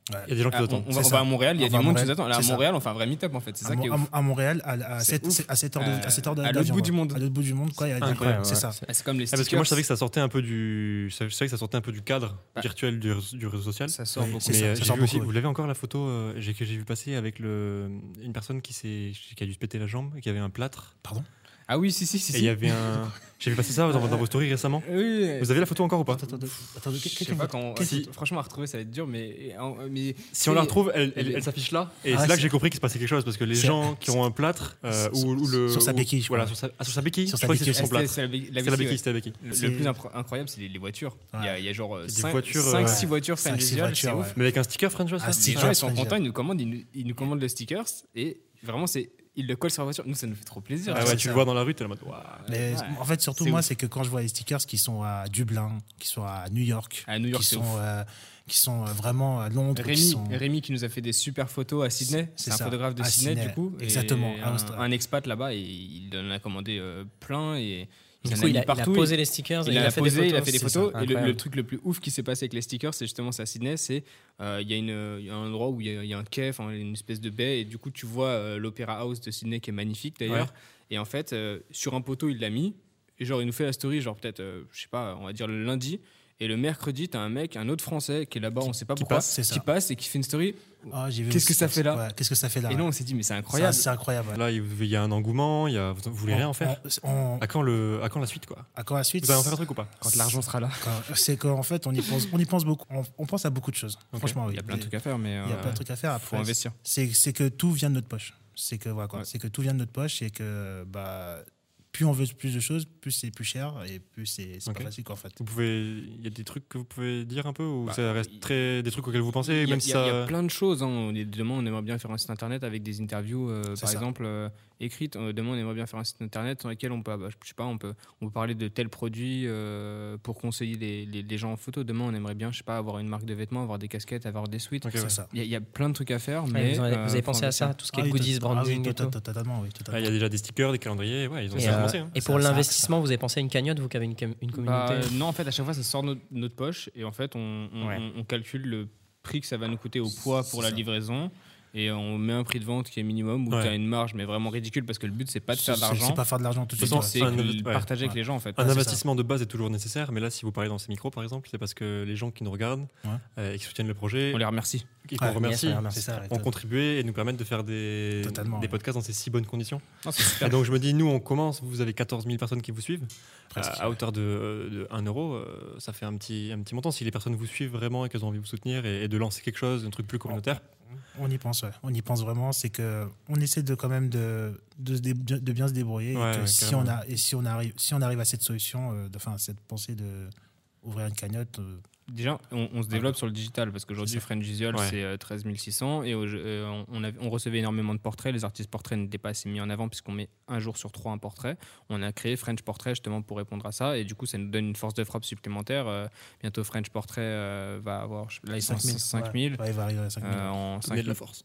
Ouais. Il y a des gens qui Ah, vous attendent. on, on va, C'est on ça. va à Montréal, il y a On du va à monde qui Montréal, nous attend. Là, à c'est ça. Montréal, on fait un vrai meet-up en fait. C'est À, ça qui est Mo- ouf. à- à Montréal, à, à, C'est sept, ouf. à sept heures de, Euh, à sept heures de- à l'autre d'avion, bout ouais. du monde. À l'autre bout du monde, quoi. il y a des- Incroyable, c'est ouais. ça. Ah, c'est comme les Ah, stickers. parce que moi je savais que ça sortait un peu du, je savais que ça sortait un peu du cadre Bah. virtuel du, réseau- du réseau social. Ça sort Oui, beaucoup. c'est Mais ça, euh, ça j'ai sort vu aussi, beaucoup, vous oui. l'avez encore la photo euh, j'ai- que j'ai vu passer avec le, une personne qui, s'est, qui a dû se péter la jambe, qui avait un plâtre. Pardon. Ah oui, si, si, si. Et il y avait un. J'ai vu passer ça dans, dans vos stories récemment. Oui. Vous avez la photo encore ou pas? Attends, attends, attends, Je sais quelqu'un pas va- quand. quelle si- photo Franchement, à retrouver, ça va être dur, mais. mais Si on la c'est- retrouve, elle, elle, elle- elle s'affiche là. Et Ah, c'est là c'est- que j'ai compris qu'il se passait quelque chose parce que les c'est- gens qui ont un plâtre euh, ou, ou le. sur sa ou- béquille, je Voilà, crois. sur sa, ah, sur sa béquille. Sur je sa crois que c'est béquille, sur son C'était- plâtre. c'est la bé- la C'est la béquille, béquille, ouais. c'était la béquille. Le, C'est- le plus impr- incroyable, c'est les, les voitures. Il, y a, Ouais. il y a genre Des cinq voitures, cinq euh, six voitures cinq, six French Visual, c'est voitures, ouf. ouais. Mais avec un sticker French Visual, Ah, ça Les sticker. gens, ils sont French contents, Visual. ils nous commandent, ils nous, ils nous commandent le stickers et vraiment, c'est, ils le collent sur la voiture. Nous, ça nous fait trop plaisir. Ah c'est ouais, tu ça. le vois dans la rue, t'es en mode. Waouh. Mais Ouais. en fait, surtout C'est moi, ouf. c'est que quand je vois les stickers qui sont à Dublin, qui sont à New York, À New York, qui c'est sont, ouf. euh, qui sont euh, vraiment à Londres, qui Rémi, sont... Rémi qui nous a fait des super photos à Sydney. C'est C'est un ça, photographe de à Sydney, Sydney. du coup. Exactement, Et à un, Australie. un expat là-bas, et il en a commandé euh, plein et il Du en coup, a il mis a, il a partout. posé les stickers et Il, il a, a fait posé, des il a photos. fait des c'est photos. ça, Et le, incroyable. le truc le plus ouf qui s'est passé avec les stickers, c'est justement c'est à Sydney, c'est euh, il y, a une- il y a un endroit où il y a, il y a un quai, enfin, une espèce de baie, et du coup tu vois euh, l'Opera House de Sydney qui est magnifique d'ailleurs. Et en fait, euh, sur un poteau, il l'a mis. Et genre, il nous fait la story, genre peut-être, euh, je sais pas, on va dire le lundi. Et le mercredi, t'as un mec, un autre Français qui est là-bas, on sait pas qui pourquoi, passe, c'est ça. qui passe et qui fait une story. Ah, j'ai vu Qu'est-ce aussi que ça fait là Ouais, Qu'est-ce que ça fait là Et ouais. là, on s'est dit, mais c'est Ça, incroyable. c'est incroyable. ouais. Là, il il y a un engouement, il y a, vous, vous voulez rien en faire. On- on- À quand, le, à quand la suite, quoi? à quand la suite Vous allez en faire un truc ou pas? Quand l'argent sera là. Quand- C'est qu'en fait, on y pense, on y pense beaucoup. On, on pense à beaucoup de choses. Ok. Franchement, oui. Il y a plein de trucs à faire, mais Il y a euh, plein de trucs à faire. faut Après, investir. c'est c'est que tout vient de notre poche. C'est que voilà quoi. Ouais. C'est que tout vient de notre poche et que bah plus on veut plus de choses, plus c'est plus cher et plus c'est c'est Ok. pas facile en fait. Vous pouvez, il y a des trucs que vous pouvez dire un peu ou Bah, ça reste il- très des trucs auxquels vous pensez, Il y, a, même il si y a- il y a ça. plein de choses. Hein. On est- Demain, on aimerait bien faire un site internet avec des interviews, euh, C'est par ça. exemple, euh, écrites. Euh, Demain, on aimerait bien faire un site internet dans lequel on peut, bah, je sais pas, on peut, on peut parler de tels produits euh, pour conseiller les, les- les gens en photo. Demain, on aimerait bien, je sais pas, avoir une marque de vêtements, avoir des casquettes, avoir des suites. Ok, C'est ouais. ça. Il y, a- il y a plein de trucs à faire, Ouais, mais vous, en avez, euh, vous avez faut pensé à investir. ça, tout ce qui est Ah oui, goodies, to- ah oui, branding et tota- tout. tota- totalement, oui, Ah, totalement. il y a déjà des stickers, des calendriers, ouais, ils ont Et, ça euh, commencé. Hein. et Ça- pour ça- l'investissement, vous avez pensé à une cagnotte, vous qui avez une, com- une communauté Bah, euh, non, en fait, à chaque fois, ça sort de notre, notre poche et en fait, on, on- Ouais. on- on calcule le prix que ça va nous coûter au poids pour C'est la ça. livraison et on met un prix de vente qui est minimum où Ouais. tu as une marge, mais vraiment ridicule parce que le but, c'est pas de faire de C'est- l'argent, C'est pas faire de l'argent tout de De suite. toute c'est façon, ouais. un que inv- le ouais. partager avec Ouais. les gens en fait. Un c'est investissement de base est toujours nécessaire, mais là, si vous parlez dans ces micros, par exemple, c'est parce que les gens qui nous regardent Ouais. euh, et qui soutiennent le projet, On les remercie. et qu'on Ouais, remercie, yes, on remercie. C'est ça. ouais, ont tot- contribué et nous permettent de faire des, Totalement, des ouais. podcasts dans ces si bonnes conditions. Non, c'est super. Et donc, je me dis, nous, on commence, vous avez quatorze mille personnes qui vous suivent. presque, à, à hauteur de, de un euro, euh, ça fait un petit, un petit montant. Si les personnes vous suivent vraiment et qu'elles ont envie de vous soutenir et, et de lancer quelque chose, un truc plus communautaire. On y pense, ouais. On y pense vraiment. C'est que on essaie de quand même de, de, se dé- de bien se débrouiller. Et, Ouais, que ouais, si carrément. on a, et si on arrive, si on arrive à cette solution, euh, de, enfin cette pensée de ouvrir une cagnotte, euh, Déjà, on, on se développe sur le digital parce qu'aujourd'hui, C'est ça. French Visual, Ouais. c'est euh, treize mille six cents et au- euh, on, on, avait- on recevait énormément de portraits. Les artistes portraits n'étaient pas assez mis en avant puisqu'on met un jour sur trois un portrait. On a créé French Portrait justement pour répondre à ça et du coup, ça nous donne une force de frappe supplémentaire. Euh, bientôt, French Portrait euh, va avoir, je- là, ils sont cinq mille. Ouais, ouais, il va arriver à cinq mille. Euh, en Donnez de la cinq mille force.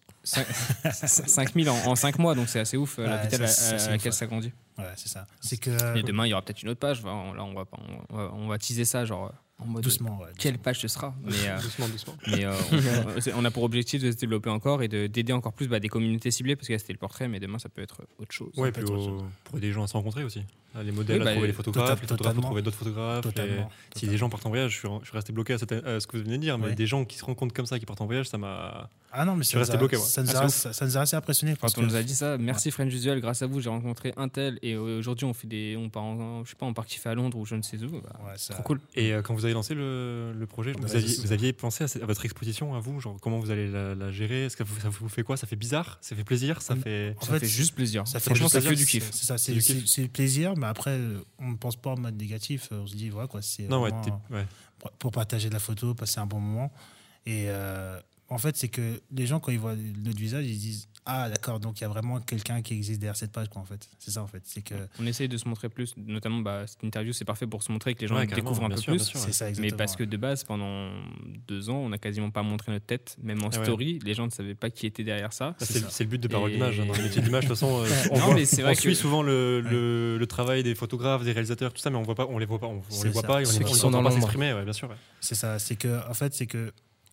cinq mille en, en cinq mois, donc c'est assez ouf euh, la Ouais, vitesse ça, à, ça, à c'est laquelle ouf, ça grandit. Ouais, c'est ça. C'est que Et demain, il y aura peut-être une autre page. Enfin, là, on va, pas- on va, on va teaser ça, genre en mode doucement. Ouais, quelle page ce sera. Mais, euh, Doucement, doucement. mais euh, on, c'est- on a pour objectif de se développer encore et de- d'aider encore plus bah, des communautés ciblées parce que là, c'était le portrait, mais demain, ça peut être autre chose. Ouais, peut puis être autre au- pour aider les gens à se rencontrer aussi. Là, les modèles Oui, bah, à trouver les photographes, tota- les photographes à totalement. trouver d'autres photographes. les- Totalement. Si des gens partent en voyage, je suis, je suis resté bloqué à, cette- à ce que vous venez de dire, mais Ouais. des gens qui se rencontrent comme ça, qui partent en voyage, ça m'a. Ah non, mais suis ça nous resté a- bloqué, ouais. Ça nous Ah, a- c'est ça- ça nous a assez impressionné. Quand parce on que- nous a dit ça, merci French Visual, grâce à vous, j'ai rencontré un tel et euh, aujourd'hui, on fait des, on part, en, je sais pas, on part kiffer à Londres ou je ne sais où. Bah, Ouais, ça- trop cool. Et euh, quand vous avez lancé le, le projet, On vous a aviez, juste- vous aviez pensé à, cette- à votre exposition, à vous, genre comment vous allez la, la gérer? Est-ce que vous- ça vous fait quoi? Ça fait bizarre? Ça fait plaisir? Ça Mm. fait. En Ça fait, fait juste plaisir. Ça fait Franchement, juste ça fait plaisir, du kiff. c'est- C'est ça, C'est c'est du kiff. c'est- c'est plaisir, mais après, euh, on ne pense pas en mode négatif. On se dit, voilà quoi, c'est Non, ouais, vraiment, t'es- ouais. pour- pour partager de la photo, passer un bon moment. Et euh, en fait, c'est que les gens, quand ils voient notre visage, ils se disent, ah d'accord, donc il y a vraiment quelqu'un qui existe derrière cette page, quoi, en fait. C'est ça, en fait. C'est que On essaye de se montrer plus, notamment bah, cette interview, c'est parfait pour se montrer que les gens Ouais, nous carrément, découvrent un bien peu sûr, bien plus. sûr. c'est ça, Mais exactement. parce que de base, pendant deux ans, on n'a quasiment pas montré notre tête, même en Ah ouais. story. Les gens ne savaient pas qui était derrière ça. Ça, C'est C'est ça. c'est le but de Parole Et- d'image. hein. Dans le métier d'image, de toute façon, euh, on, Non, voit- mais c'est on vrai suit que- souvent le, le, le travail des photographes, des réalisateurs, tout ça, mais on voit pas, on les voit pas, on, on C'est les voit ça. pas, et on Ceux les qui on les sont entend dans pas l'ombre. s'exprimer, ouais, bien sûr. ouais. C'est ça, c'est que, en fait, c'est que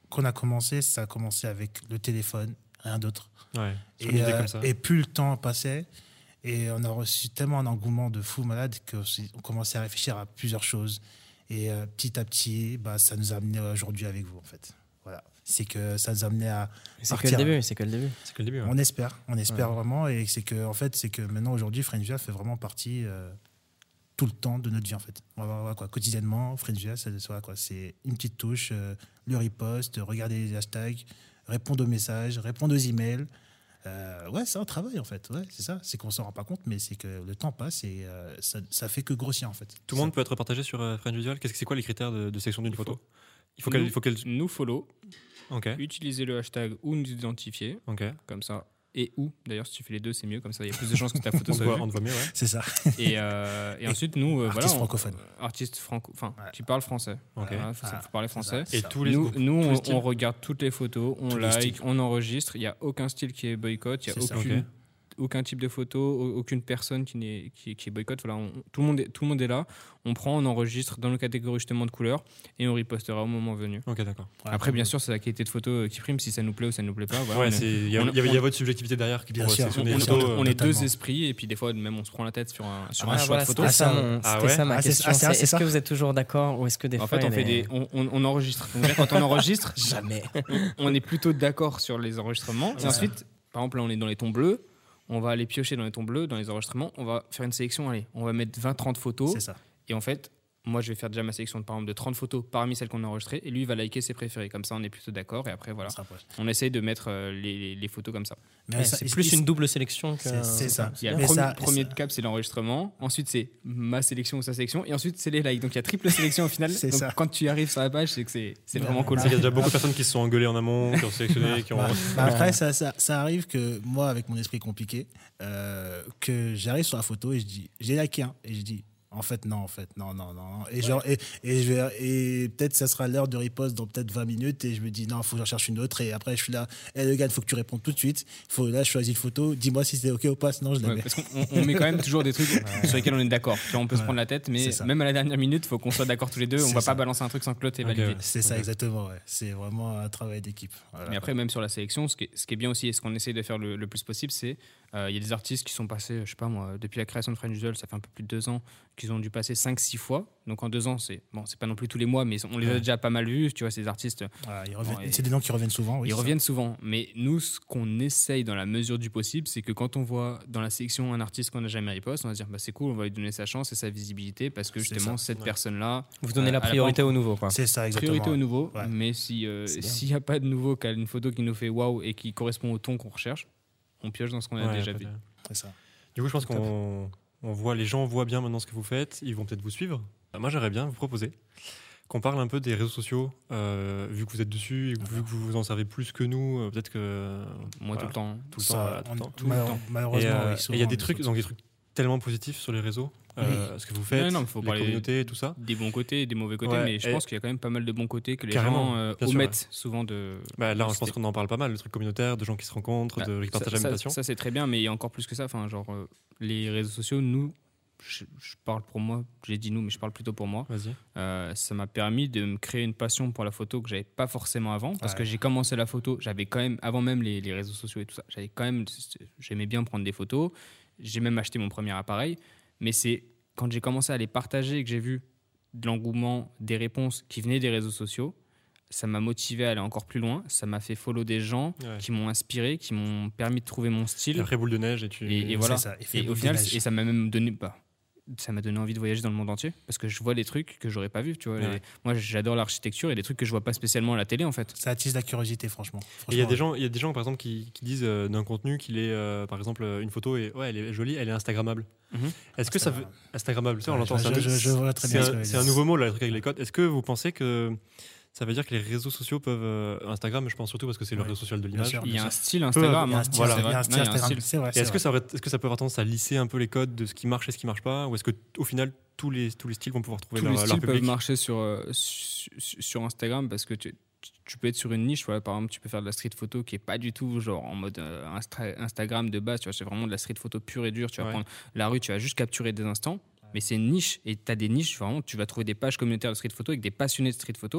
quand on a commencé, ça a commencé avec le téléphone, rien d'autre. Ouais, sur Et, une idée euh, comme ça. et plus le temps passait, et on a reçu tellement un engouement de fou malade qu'on commençait à réfléchir à plusieurs choses. Et euh, petit à petit, bah, ça nous a amené aujourd'hui avec vous, en fait. Voilà. C'est que ça nous a amené à C'est que partir. le début, c'est que le début. C'est que le début. Ouais. On espère, on espère Ouais. vraiment. Et c'est que, en fait, c'est que maintenant, aujourd'hui, Friendsvia fait vraiment partie euh, tout le temps de notre vie, en fait. Voilà, voilà, quoi. Quotidiennement, Friendsvia, c'est, voilà, quoi. C'est une petite touche, euh, le repost, regarder les hashtags, répondre aux messages, répondre aux emails. Euh, ouais, c'est un travail, en fait. Ouais, c'est ça. C'est qu'on s'en rend pas compte, mais c'est que le temps passe et euh, ça, ça fait que grossir, en fait. Tout le monde peut être partagé sur euh, Friend Visual. Qu'est-ce que c'est quoi les critères de, de sélection d'une Il faut- photo? Il faut qu'elle, il faut qu'elle. Nous follow, Ok. utiliser le hashtag ou nous identifier, Ok. comme ça. Et ou, d'ailleurs, si tu fais les deux, c'est mieux, comme ça, il y a plus de chances que ta photo On te soit voit, vue. on te voit mieux, ouais. C'est ça. Et, euh, et Et ensuite, nous, euh, artiste voilà. on- francophone. Artiste franco, enfin, Ouais. qui parle français. Ok. Voilà, faut, Ah, faut parler c'est français. ça. Et tous les Nous, groupes, nous tous les on, styles. on regarde toutes les photos, on Tous les like, styles. on enregistre. Il n'y a aucun style qui est boycott, il n'y a C'est ça. aucune, Ok. aucun type de photo, au- aucune personne qui, n'est, qui, qui est boycott. Voilà, on- tout, le monde est, tout le monde est là. On prend, on enregistre dans nos catégories justement de couleurs et on ripostera au moment venu. Ok, d'accord. Ouais, Après, bien sûr, c'est la qualité de photo qui prime, si ça nous plaît ou ça ne nous plaît pas. Voilà, Ouais, on est- c'est- il y a, on- il y a- il y a on- votre subjectivité derrière qui Bien pour sûr. on, sélectionner on- les on- photos. on euh, est totalement. deux esprits et puis des fois même on se prend la tête sur un, sur Ah, un choix voilà, de photo. c'était ça, Ah, mon- ah c'était ouais ça ma Ah, c'est- question. ah, c'est- c'est c'est est-ce ça. que vous êtes toujours d'accord ou est-ce que des En fois fait, on il y a fait des- des, on, on- on enregistre. Donc, quand on enregistre, Jamais. on est plutôt d'accord sur les enregistrements. Et Ouais. ensuite, par exemple, là, on est dans les tons bleus. On va aller piocher dans les tons bleus, dans les enregistrements. On va faire une sélection. Allez, on va mettre vingt trente photos. C'est ça. Et en fait, moi, je vais faire déjà ma sélection de, par exemple, de trente photos parmi celles qu'on a enregistrées. Et lui, il va liker ses préférés. Comme ça, on est plutôt d'accord. Et après, voilà. On se rapproche. On essaye de mettre euh, les, les- les photos comme ça. Mais Ouais, ça- c'est il- plus il- une double sélection que. C'est- c'est ça. Il y a le Mais premier, ça- premier ça- cap, c'est l'enregistrement. Ensuite, c'est ma sélection ou sa sélection. Et ensuite, c'est les likes. Donc, il y a triple sélection au final. C'est Donc, ça. quand tu arrives sur la page, c'est que c'est, c'est vraiment cool. C'est qu'il y a déjà beaucoup de personnes qui se sont engueulées en amont, qui ont sélectionné, qui ont. Bah, bah après, ça, ça, ça arrive que moi, avec mon esprit compliqué, euh, que j'arrive sur la photo et je dis, j'ai liké un, et je dis, en fait, non, en fait, non, non, non. Et, genre, et, et, je vais, et peut-être ça sera l'heure de riposte dans peut-être vingt minutes et je me dis, non, il faut que j'en cherche une autre. Et après, je suis là, hé le gars, il faut que tu répondes tout de suite. Faut, là, je choisis une photo, dis-moi si c'est OK ou pas, sinon je la Ouais, mets. parce qu'on on met quand même toujours des trucs sur lesquels on est d'accord. Tu vois, on peut se Ouais. prendre la tête, mais C'est ça. même à la dernière minute, il faut qu'on soit d'accord tous les deux. On C'est va ça. pas balancer un truc sans que l'autre ait Ok, validé. ouais. C'est ça, Ok. exactement. Ouais. C'est vraiment un travail d'équipe. Voilà. Mais après, même sur la sélection, ce qui est, ce qui est bien aussi et ce qu'on essaye de faire le, le plus possible, c'est euh, il y a des artistes qui sont passés, je sais pas moi, depuis la création de Friend Visual, ça fait un peu plus de deux ans, qu'ils ont dû passer cinq six fois. Donc en deux ans, c'est bon, c'est pas non plus tous les mois, mais on les a Ouais. déjà pas mal vus. Tu vois, ces artistes, Voilà, ils reviennent- Bon, et- c'est des noms qui reviennent souvent. Oui, ils c'est ça. reviennent souvent. Mais nous, ce qu'on essaye dans la mesure du possible, c'est que quand on voit dans la sélection un artiste qu'on n'a jamais repost, on va se dire bah, c'est cool, on va lui donner sa chance et sa visibilité parce que C'est justement, ça. cette Ouais. personne-là. Vous donnez Euh, la à la priorité banque. au nouveau, quoi. C'est ça, exactement. Priorité au nouveau, Ouais. mais si euh, C'est bien. s'il n'y a pas de nouveau, qu'il y a une photo qui nous fait waouh et qui correspond au ton qu'on recherche, on pioche dans ce qu'on a Ouais, déjà peut-être. vu. C'est ça. Du coup, je pense Top. qu'on on voit, les gens voient bien maintenant ce que vous faites. Ils vont peut-être vous suivre. Euh, Moi, j'aimerais bien vous proposer qu'on parle un peu des réseaux sociaux, euh, vu que vous êtes dessus et que- vu que vous vous en servez plus que nous. euh, Peut-être que Moi, Voilà. tout le temps. hein. tout le temps, Ça, voilà, tout le on- temps. tout le mal- temps. Malheureusement, Et euh, oui, et il souvent, y a des les trucs, autres. donc des trucs tellement positifs sur les réseaux, euh, ce que vous faites, Ouais, non, mais faut les parler- communautés et tout ça. Des bons côtés et des mauvais côtés, Ouais, mais je et- pense qu'il y a quand même pas mal de bons côtés que les Carrément, gens euh, bien sûr, omettent souvent de. Bah, là, je pense C'était- qu'on en parle pas mal, le truc communautaire, de gens qui se rencontrent, Bah, de qui ça, partagent la ça- même passion. ça, c'est très bien, mais il y a encore plus que ça. Enfin, genre, euh, les réseaux sociaux, nous, je, je parle pour moi, j'ai dit nous, mais je parle plutôt pour moi. Vas-y. Euh, ça m'a permis de me créer une passion pour la photo que j'avais pas forcément avant, parce Ouais. que j'ai commencé la photo, j'avais quand même, avant même les, les réseaux sociaux et tout ça, j'avais quand même, j'aimais bien prendre des photos. J'ai même acheté mon premier appareil, mais c'est quand j'ai commencé à les partager et que j'ai vu de l'engouement, des réponses qui venaient des réseaux sociaux, ça m'a motivé à aller encore plus loin. Ça m'a fait follow des gens Ouais. qui m'ont inspiré, qui m'ont permis de trouver mon style. Et après, boule de neige et tu. Et, et voilà. C'est ça, effet Et boule au de final, neige. et ça m'a même donné, bah, ça m'a donné envie de voyager dans le monde entier parce que je vois des trucs que j'aurais pas vus. Tu vois, Ouais. Les- moi, j'adore l'architecture et des trucs que je vois pas spécialement à la télé en fait. Ça attise la curiosité, franchement. Et il y a Franchement, des gens, il y a des gens par exemple qui, qui disent euh, d'un contenu qu'il est, euh, par exemple, euh, une photo et ouais, elle est jolie, elle est instagrammable. Mhm. Est-ce que ça veut instagrammable, tu sais, on Ouais, l'entend. je- c'est un- je- je vois très c'est bien un- ce que veut C'est dire. un nouveau mot là, le truc avec les codes. Est-ce que vous pensez que ça veut dire que les réseaux sociaux peuvent euh, Instagram, je pense surtout parce que c'est le Ouais. réseau social de Bien l'image. sûr. Il y a un style Il y Instagram. a un hein. style, Voilà. C'est il y a vrai. un style Non, il y a un Instagram, style. c'est vrai. Et c'est est-ce que vrai. ça aurait- est-ce que ça peut avoir tendance à lisser un peu les codes de ce qui marche et ce qui marche pas, ou est-ce que au final tous les tous les styles vont pouvoir trouver Tous leur, les leur styles peuvent public? marcher sur, euh, su- su- sur Instagram parce que tu, tu- tu peux être sur une niche. Voilà, par exemple, tu peux faire de la street photo qui est pas du tout genre en mode euh, Instra- Instagram de base. Tu vois, c'est vraiment de la street photo pure et dure. Tu vas Ouais. prendre la rue, tu vas juste capturer des instants. Mais c'est une niche et tu as des niches. Vraiment, tu vas trouver des pages communautaires de street photo avec des passionnés de street photo.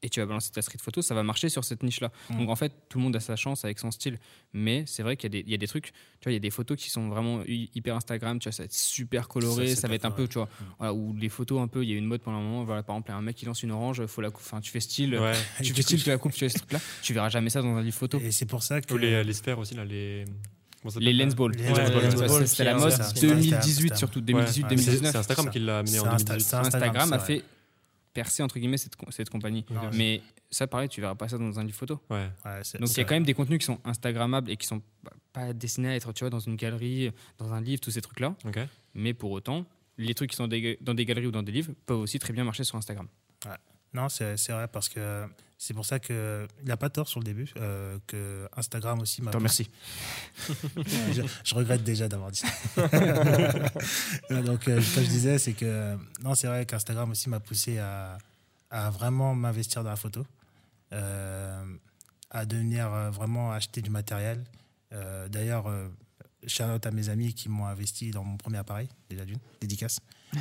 et tu vas balancer ta street photo, ça va marcher sur cette niche-là. Mm. Donc en fait, tout le monde a sa chance avec son style. Mais c'est vrai qu'il y a des, il y a des trucs, tu vois, il y a des photos qui sont vraiment hy- hyper Instagram, tu vois, ça va être super coloré, Ça, ça, c'est va pas être un coloré. peu, tu vois, Mm. voilà, où les photos un peu, il y a une mode pendant un moment, voilà, par exemple, un mec qui lance une orange, faut la cou- enfin, tu fais style, Ouais. tu Et fais du style, coup, tu la coupes, tu vois, ce truc-là, tu verras jamais ça dans un livre photo. Et c'est pour ça que. Ou les, les sphères aussi, là, les. comment ça Les s'appelle lens balls. Les Ouais, lens ouais, balls, ouais, lens ouais, balls, c'était la qui est mode un- c'est deux mille dix-huit, Insta- surtout Ouais. deux mille dix-huit C'est- deux mille dix-neuf. C'est Instagram ça. qui l'a amené en C'est Insta- deux mille dix-huit. c'est Instagram, Instagram a c'est fait percer entre guillemets cette, co- cette compagnie. Non, Mais ça, pareil, tu verras pas ça dans un livre photo. Ouais. Ouais, c'est- Donc il y c'est- a quand même des contenus qui sont Instagrammables et qui sont bah, pas destinés à être, tu vois, dans une galerie, dans un livre, tous ces trucs-là. Ok. Mais pour autant, les trucs qui sont des- dans des galeries ou dans des livres peuvent aussi très bien marcher sur Instagram. Non, c'est c'est vrai parce que c'est pour ça que il n'a pas tort sur le début euh, que Instagram aussi m'a. Attends, merci. je, je regrette déjà d'avoir dit ça. Donc, euh, comme je disais, c'est que non, c'est vrai qu'Instagram aussi m'a poussé à, à vraiment m'investir dans la photo, euh, à devenir euh, vraiment acheter du matériel. Euh, D'ailleurs, euh, shout out à mes amis qui m'ont investi dans mon premier appareil, déjà d'une dédicace.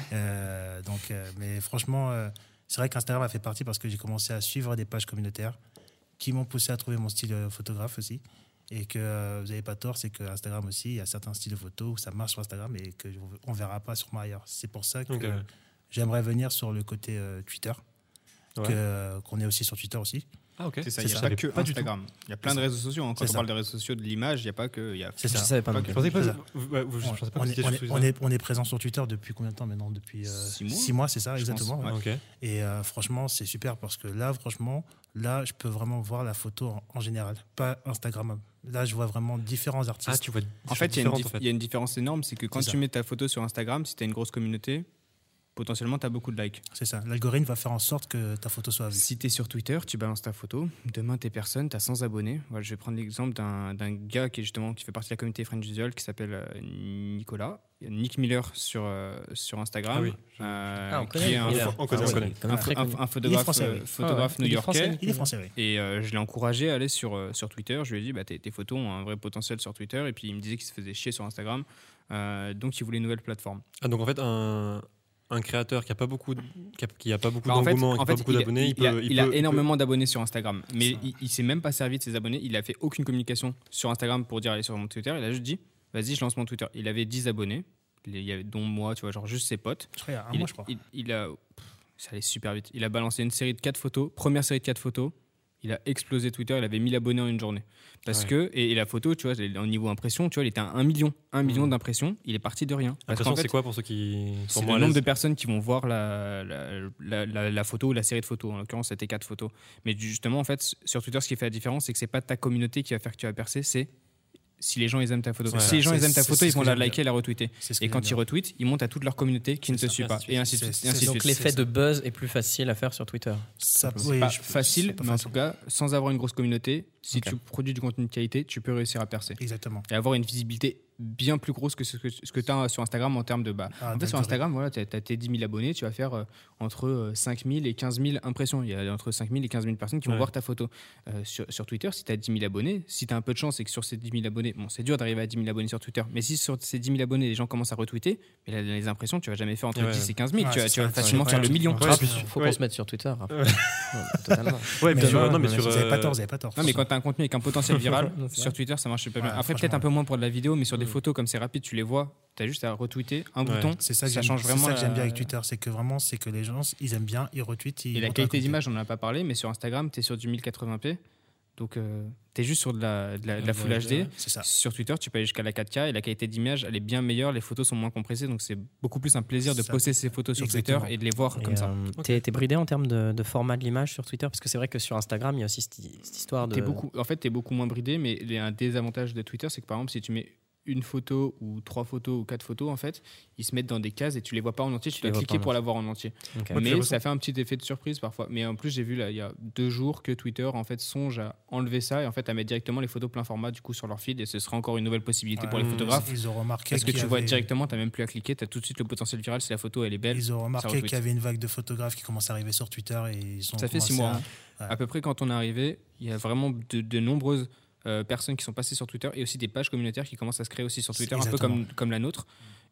Euh, donc, euh, mais franchement, euh, c'est vrai qu'Instagram a fait partie parce que j'ai commencé à suivre des pages communautaires qui m'ont poussé à trouver mon style euh, photographe aussi. Et que euh, vous n'avez pas tort, c'est que Instagram aussi, il y a certains styles de photos où ça marche sur Instagram et qu'on ne verra pas sûrement ailleurs. C'est pour ça que Ok. j'aimerais venir sur le côté euh, Twitter, Ouais. que- qu'on est aussi sur Twitter aussi. Ah, ok. C'est ça, C'est il n'y a ça. pas Je que savais pas du tout. Instagram. Il y a plein C'est de ça. réseaux sociaux. hein. Quand C'est on ça. parle des réseaux sociaux, de l'image, il n'y a pas que. il Y a... C'est Je ça. savais pas non Pas plus. Je pensais pas. C'est ça. vous- ouais, vous- je pensais pas on, que est, c'était on, sur est, Twitter. on, est, on est présent sur Twitter depuis combien de temps maintenant Depuis euh, Six mois six mois, c'est ça, Je exactement. pense, ouais. Ok. Et euh, franchement, c'est super parce que là, franchement, là, je peux vraiment voir la photo en, en général, pas Instagram. Là, je vois vraiment différents artistes. Ah, tu vois. En fait, il y, a une différentes, dif- en fait. il y a une différence énorme, c'est que quand C'est tu ça. mets ta photo sur Instagram, si tu as une grosse communauté, potentiellement tu as beaucoup de likes. C'est ça. L'algorithme va faire en sorte que ta photo soit vue. Si tu es sur Twitter, tu balances ta photo, demain tu es personne, tu as cent abonnés. Voilà, je vais prendre l'exemple d'un d'un gars qui, est justement, qui fait partie de la communauté French Visual qui s'appelle euh, Nicolas, Nick Miller sur, euh, sur Instagram. Ah oui. euh, Ah, on qui connaît. est un, Miller. on connaît, Ah on connaît. oui, quand un, même très un- connu. un photographe, français, euh, oui. photographe Ah ouais. Il est new-yorkais. français, Il est français, oui. Et euh, je l'ai encouragé à aller sur, euh, sur Twitter. Je lui ai dit, bah, tes, tes photos ont un vrai potentiel sur Twitter. Et puis il me disait qu'il se faisait chier sur Instagram. Euh, donc il voulait une nouvelle plateforme. Ah, donc en fait, un, un créateur qui n'a pas beaucoup, de- qui a, qui a pas beaucoup Bah, en fait, d'engouement, en qui n'a fait, pas beaucoup il a- d'abonnés, il, il, a, peut. il a peut- il énormément d'abonnés sur Instagram. Mais C'est ça. il, il s'est même pas servi de ses abonnés. Il a fait aucune communication sur Instagram pour dire allez sur mon Twitter. Il a juste dit vas-y, je lance mon Twitter. Il avait dix abonnés, il y avait, dont moi, tu vois, genre juste ses potes. Je crois il y a un il, mois, je crois. il- il a. pff, ça allait super vite. Il a balancé une série de quatre photos. Première série de quatre photos. Il a explosé Twitter. Il avait mille abonnés en une journée. Parce Ouais. que, et, et la photo, tu vois, au niveau impression, tu vois, il était à un million. un million Mhm. d'impressions. Il est parti de rien. Parce L'impression, qu'en fait, c'est quoi pour ceux qui sont c'est moins le à nombre de l'aise personnes qui vont voir la, la, la, la- la photo ou la série de photos. En l'occurrence, c'était quatre photos. Mais justement, en fait, sur Twitter, ce qui fait la différence, c'est que c'est pas ta communauté qui va faire que tu vas percer, c'est si les gens ils aiment ta photo. Ouais. Si les gens C'est- ils aiment ta c'est- photo, c'est ils ce vont que la j'aime bien. liker et la retweeter. C'est ce que Et quand j'aime ils bien. retweetent, ils montent à toute leur communauté qui ne C'est te ça. suit pas. C'est- Et ainsi de c'est- suite. et ainsi c'est- de Donc suite. l'effet ça. de buzz est plus facile à faire sur Twitter. Ça, C'est oui, pas je- facile, c'est pas mais en facile. tout cas, sans avoir une grosse communauté, si Ok. tu produis du contenu de qualité, tu peux réussir à percer. Exactement. Et avoir une visibilité bien plus grosse que ce que, ce que tu as sur Instagram en termes de bas. Ah, En fait, sur d'algorithme. Instagram, voilà, tu as, tes dix mille abonnés, tu vas faire euh, entre euh, cinq mille et quinze mille impressions. Il y a entre cinq mille et quinze mille personnes qui vont Ouais. voir ta photo. Euh, sur, sur Twitter, si tu as dix mille abonnés, si tu as un peu de chance et que sur ces dix mille abonnés, bon, c'est dur d'arriver à dix mille abonnés sur Twitter, mais si sur ces dix mille abonnés, les gens commencent à retweeter, mais là, les impressions, tu vas jamais faire entre Ouais. dix et quinze mille. Ouais, tu vas, c'est tu vas ça, facilement c'est faire vrai. le million. Ouais, Ah, puis- faut ouais. qu'on se mette sur Twitter. après. Ouais. Ouais, totalement. Ouais, Mais mais sur, demain, non, mais vous sur. Vous n'avez pas euh, tort, vous n'avez pas tort. Non, mais quand tu as un contenu avec un potentiel viral, Non, c'est sur vrai. Twitter, ça marche super bien. Ouais, Après, peut-être franchement, un peu moins pour de la vidéo, mais sur des Mm. photos, comme c'est rapide, tu les vois, tu as juste à retweeter un Ouais. bouton. C'est ça que ça j'aime change c'est vraiment ça que j'aime la- bien avec Twitter, c'est que vraiment, c'est que les gens, ils aiment bien, ils retweetent. Ils Et la montrent qualité un côté. d'image, on n'en a pas parlé, mais sur Instagram, tu es sur du mille quatre-vingts p. Donc, euh, tu es juste sur de la, de la, de la Full H D. C'est ça. Sur Twitter, tu peux aller jusqu'à la quatre K et la qualité d'image, elle est bien meilleure. Les photos sont moins compressées. Donc, c'est beaucoup plus un plaisir de Ça- poster ces photos sur Exactement. Twitter et de les voir Et, comme ça. euh, t'es, t'es bridé en termes de, de format de l'image sur Twitter parce que c'est vrai que sur Instagram il y a aussi cette, cette histoire de. T'es beaucoup, en fait, tu es beaucoup moins bridé, mais il y a un désavantage de Twitter, c'est que par exemple, si tu mets une photo ou trois photos ou quatre photos, en fait, ils se mettent dans des cases et tu les vois pas en entier, tu, les dois vois cliquer pas en pour la voir en entier. Ok. Ouais, tu Mais les ça fait un petit effet de surprise parfois. Mais en plus, j'ai vu là, il y a deux jours que Twitter en fait songe à enlever ça et en fait à mettre directement les photos plein format du coup sur leur feed et ce sera encore une nouvelle possibilité pour les Ouais, photographes. Ils ont remarqué Parce que qu'il tu y vois avait- directement, tu n'as même plus à cliquer, tu as tout de suite le potentiel viral si la photo elle est belle. Ils ont remarqué retweet. qu'il y avait une vague de photographes qui commençait à arriver sur Twitter et ils ont Ça fait six commencé mois. à- hein. ouais. À peu près quand on est arrivé, il y a vraiment de, de nombreuses euh, personnes qui sont passées sur Twitter et aussi des pages communautaires qui commencent à se créer aussi sur Twitter, un peu Exactement. comme, comme la nôtre.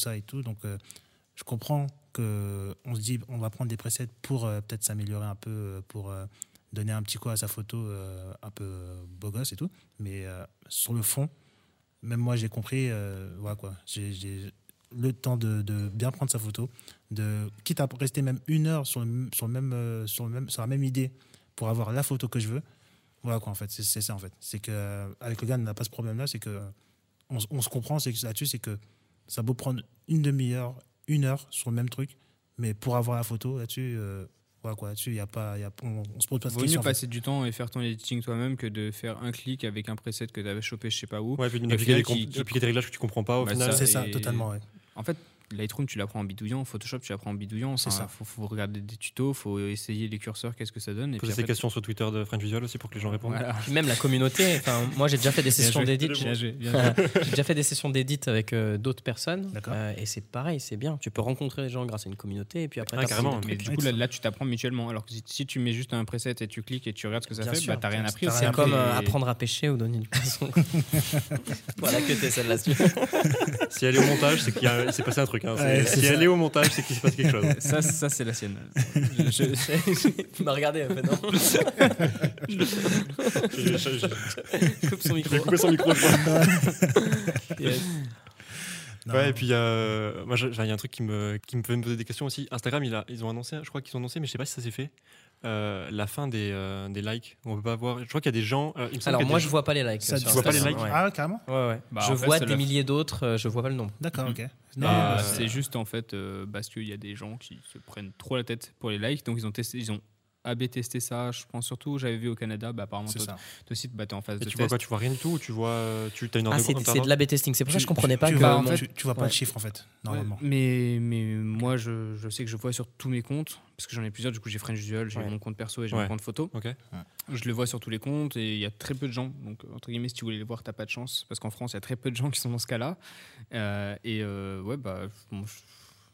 ça et tout. Donc, euh, je comprends que on se dit on va prendre des presets pour euh, peut-être s'améliorer un peu, euh, pour euh, donner un petit quoi à sa photo euh, un peu euh, beau gosse et tout. Mais euh, sur le fond, même moi j'ai compris, euh, voilà quoi, j'ai, j'ai le temps de, de bien prendre sa photo, de quitte à rester même une heure sur le, sur le même euh, sur le même sur la même idée pour avoir la photo que je veux. Voilà quoi en fait, c'est, c'est ça en fait. C'est que euh, avec le gars on n'a pas ce problème là, c'est que on, on se comprend, c'est que là-dessus c'est que ça peut prendre une demi-heure, une heure sur le même truc, mais pour avoir la photo là-dessus, euh, voilà quoi, là-dessus, y a pas, y a, on, on se pose pas de Vaut mieux questions. passer du temps et faire ton editing toi-même que de faire un clic avec un preset que tu avais chopé je sais pas où. Ouais, puis Et au d'appliquer final, des, comp- qui- qui- d'appliquer des réglages que tu comprends pas au Bah, final. ça, C'est ça, et- totalement, ouais. En fait, Lightroom, tu l'apprends en bidouillant. Photoshop, tu l'apprends en bidouillant. C'est Enfin, ça. Faut, faut regarder des tutos, faut essayer les curseurs, qu'est-ce que ça donne. Et Poser puis ces après, questions sur Twitter de French Visual aussi pour que les gens répondent. voilà. Puis même la communauté. Enfin, moi, j'ai déjà fait des Bien sessions joué. d'édit. Bien J'ai joué, bien joué. j'ai déjà fait des sessions d'édit avec euh, d'autres personnes. D'accord. Euh, et c'est pareil, c'est bien. Tu peux rencontrer les gens grâce à une communauté. Et puis après, Ah, t'as carrément. appris des Mais trucs. du coup, là, là, tu t'apprends mutuellement. Alors que si, si tu mets juste un preset et tu cliques et tu regardes ce que ça Bien fait, sûr, bah, t'as rien t'as appris. rien aussi. C'est appris. comme euh, Et- apprendre à pêcher ou donner du poisson. Voilà que t'es celle là-dessus. Si elle est au montage, c'est qu'il y a- il s'est passé un truc. Hein. C'est- Ouais, c'est si ça. elle est au montage, c'est qu'il se passe quelque chose. Ça, ça c'est la sienne. Je- je- Tu m'as regardé, en fait, non Je- je- je- Coupe son micro. J'ai coupé son micro. je crois. Yes. Non, Ouais, et puis il y a, euh, moi, j'ai- il y a un truc qui me, qui me fait me poser des questions aussi. Instagram, il a, ils ont annoncé, je crois qu'ils ont annoncé, mais je sais pas si ça s'est fait, euh, la fin des, euh, des likes. On peut pas voir. Je crois qu'il y a des gens. euh, il me semble Alors, qu'il y a moi, des je vois pas les likes. Ça, sur tu vois pas les Instagram, likes ouais. Ah, ouais, carrément. Ouais, ouais. Bah, je en fait, vois c'est des la- milliers d'autres, euh, je vois pas le nombre. D'accord, ok. Et, Non, euh, bah, c'est juste en fait euh, parce qu'il y a des gens qui se prennent trop la tête pour les likes, donc ils ont testé, ils ont A B testé ça. Je pense surtout, j'avais vu au Canada, bah, apparemment c'est toi, ça. toi aussi, bah, t'es en phase Et de tu vois test. quoi? Tu vois rien du tout ou tu vois, euh, tu as une heure Ah, de c'est compte, c'est de l'A B testing. C'est pour ça que je comprenais pas tu, que. vois, en mon- fait- tu, tu vois pas ouais. le chiffre en fait, Ouais, normalement. mais, mais moi, je, je sais que je vois sur tous mes comptes, parce que j'en ai plusieurs. Du coup, j'ai French Visual, j'ai Ouais. mon compte perso et j'ai Ouais. mon compte photo. Ok. Je le vois sur tous les comptes et il y a très peu de gens. Donc, entre guillemets, si tu voulais les voir, t'as pas de chance. Parce qu'en France, il y a très peu de gens qui sont dans ce cas-là. Euh, et euh, ouais, bah. Bon, je,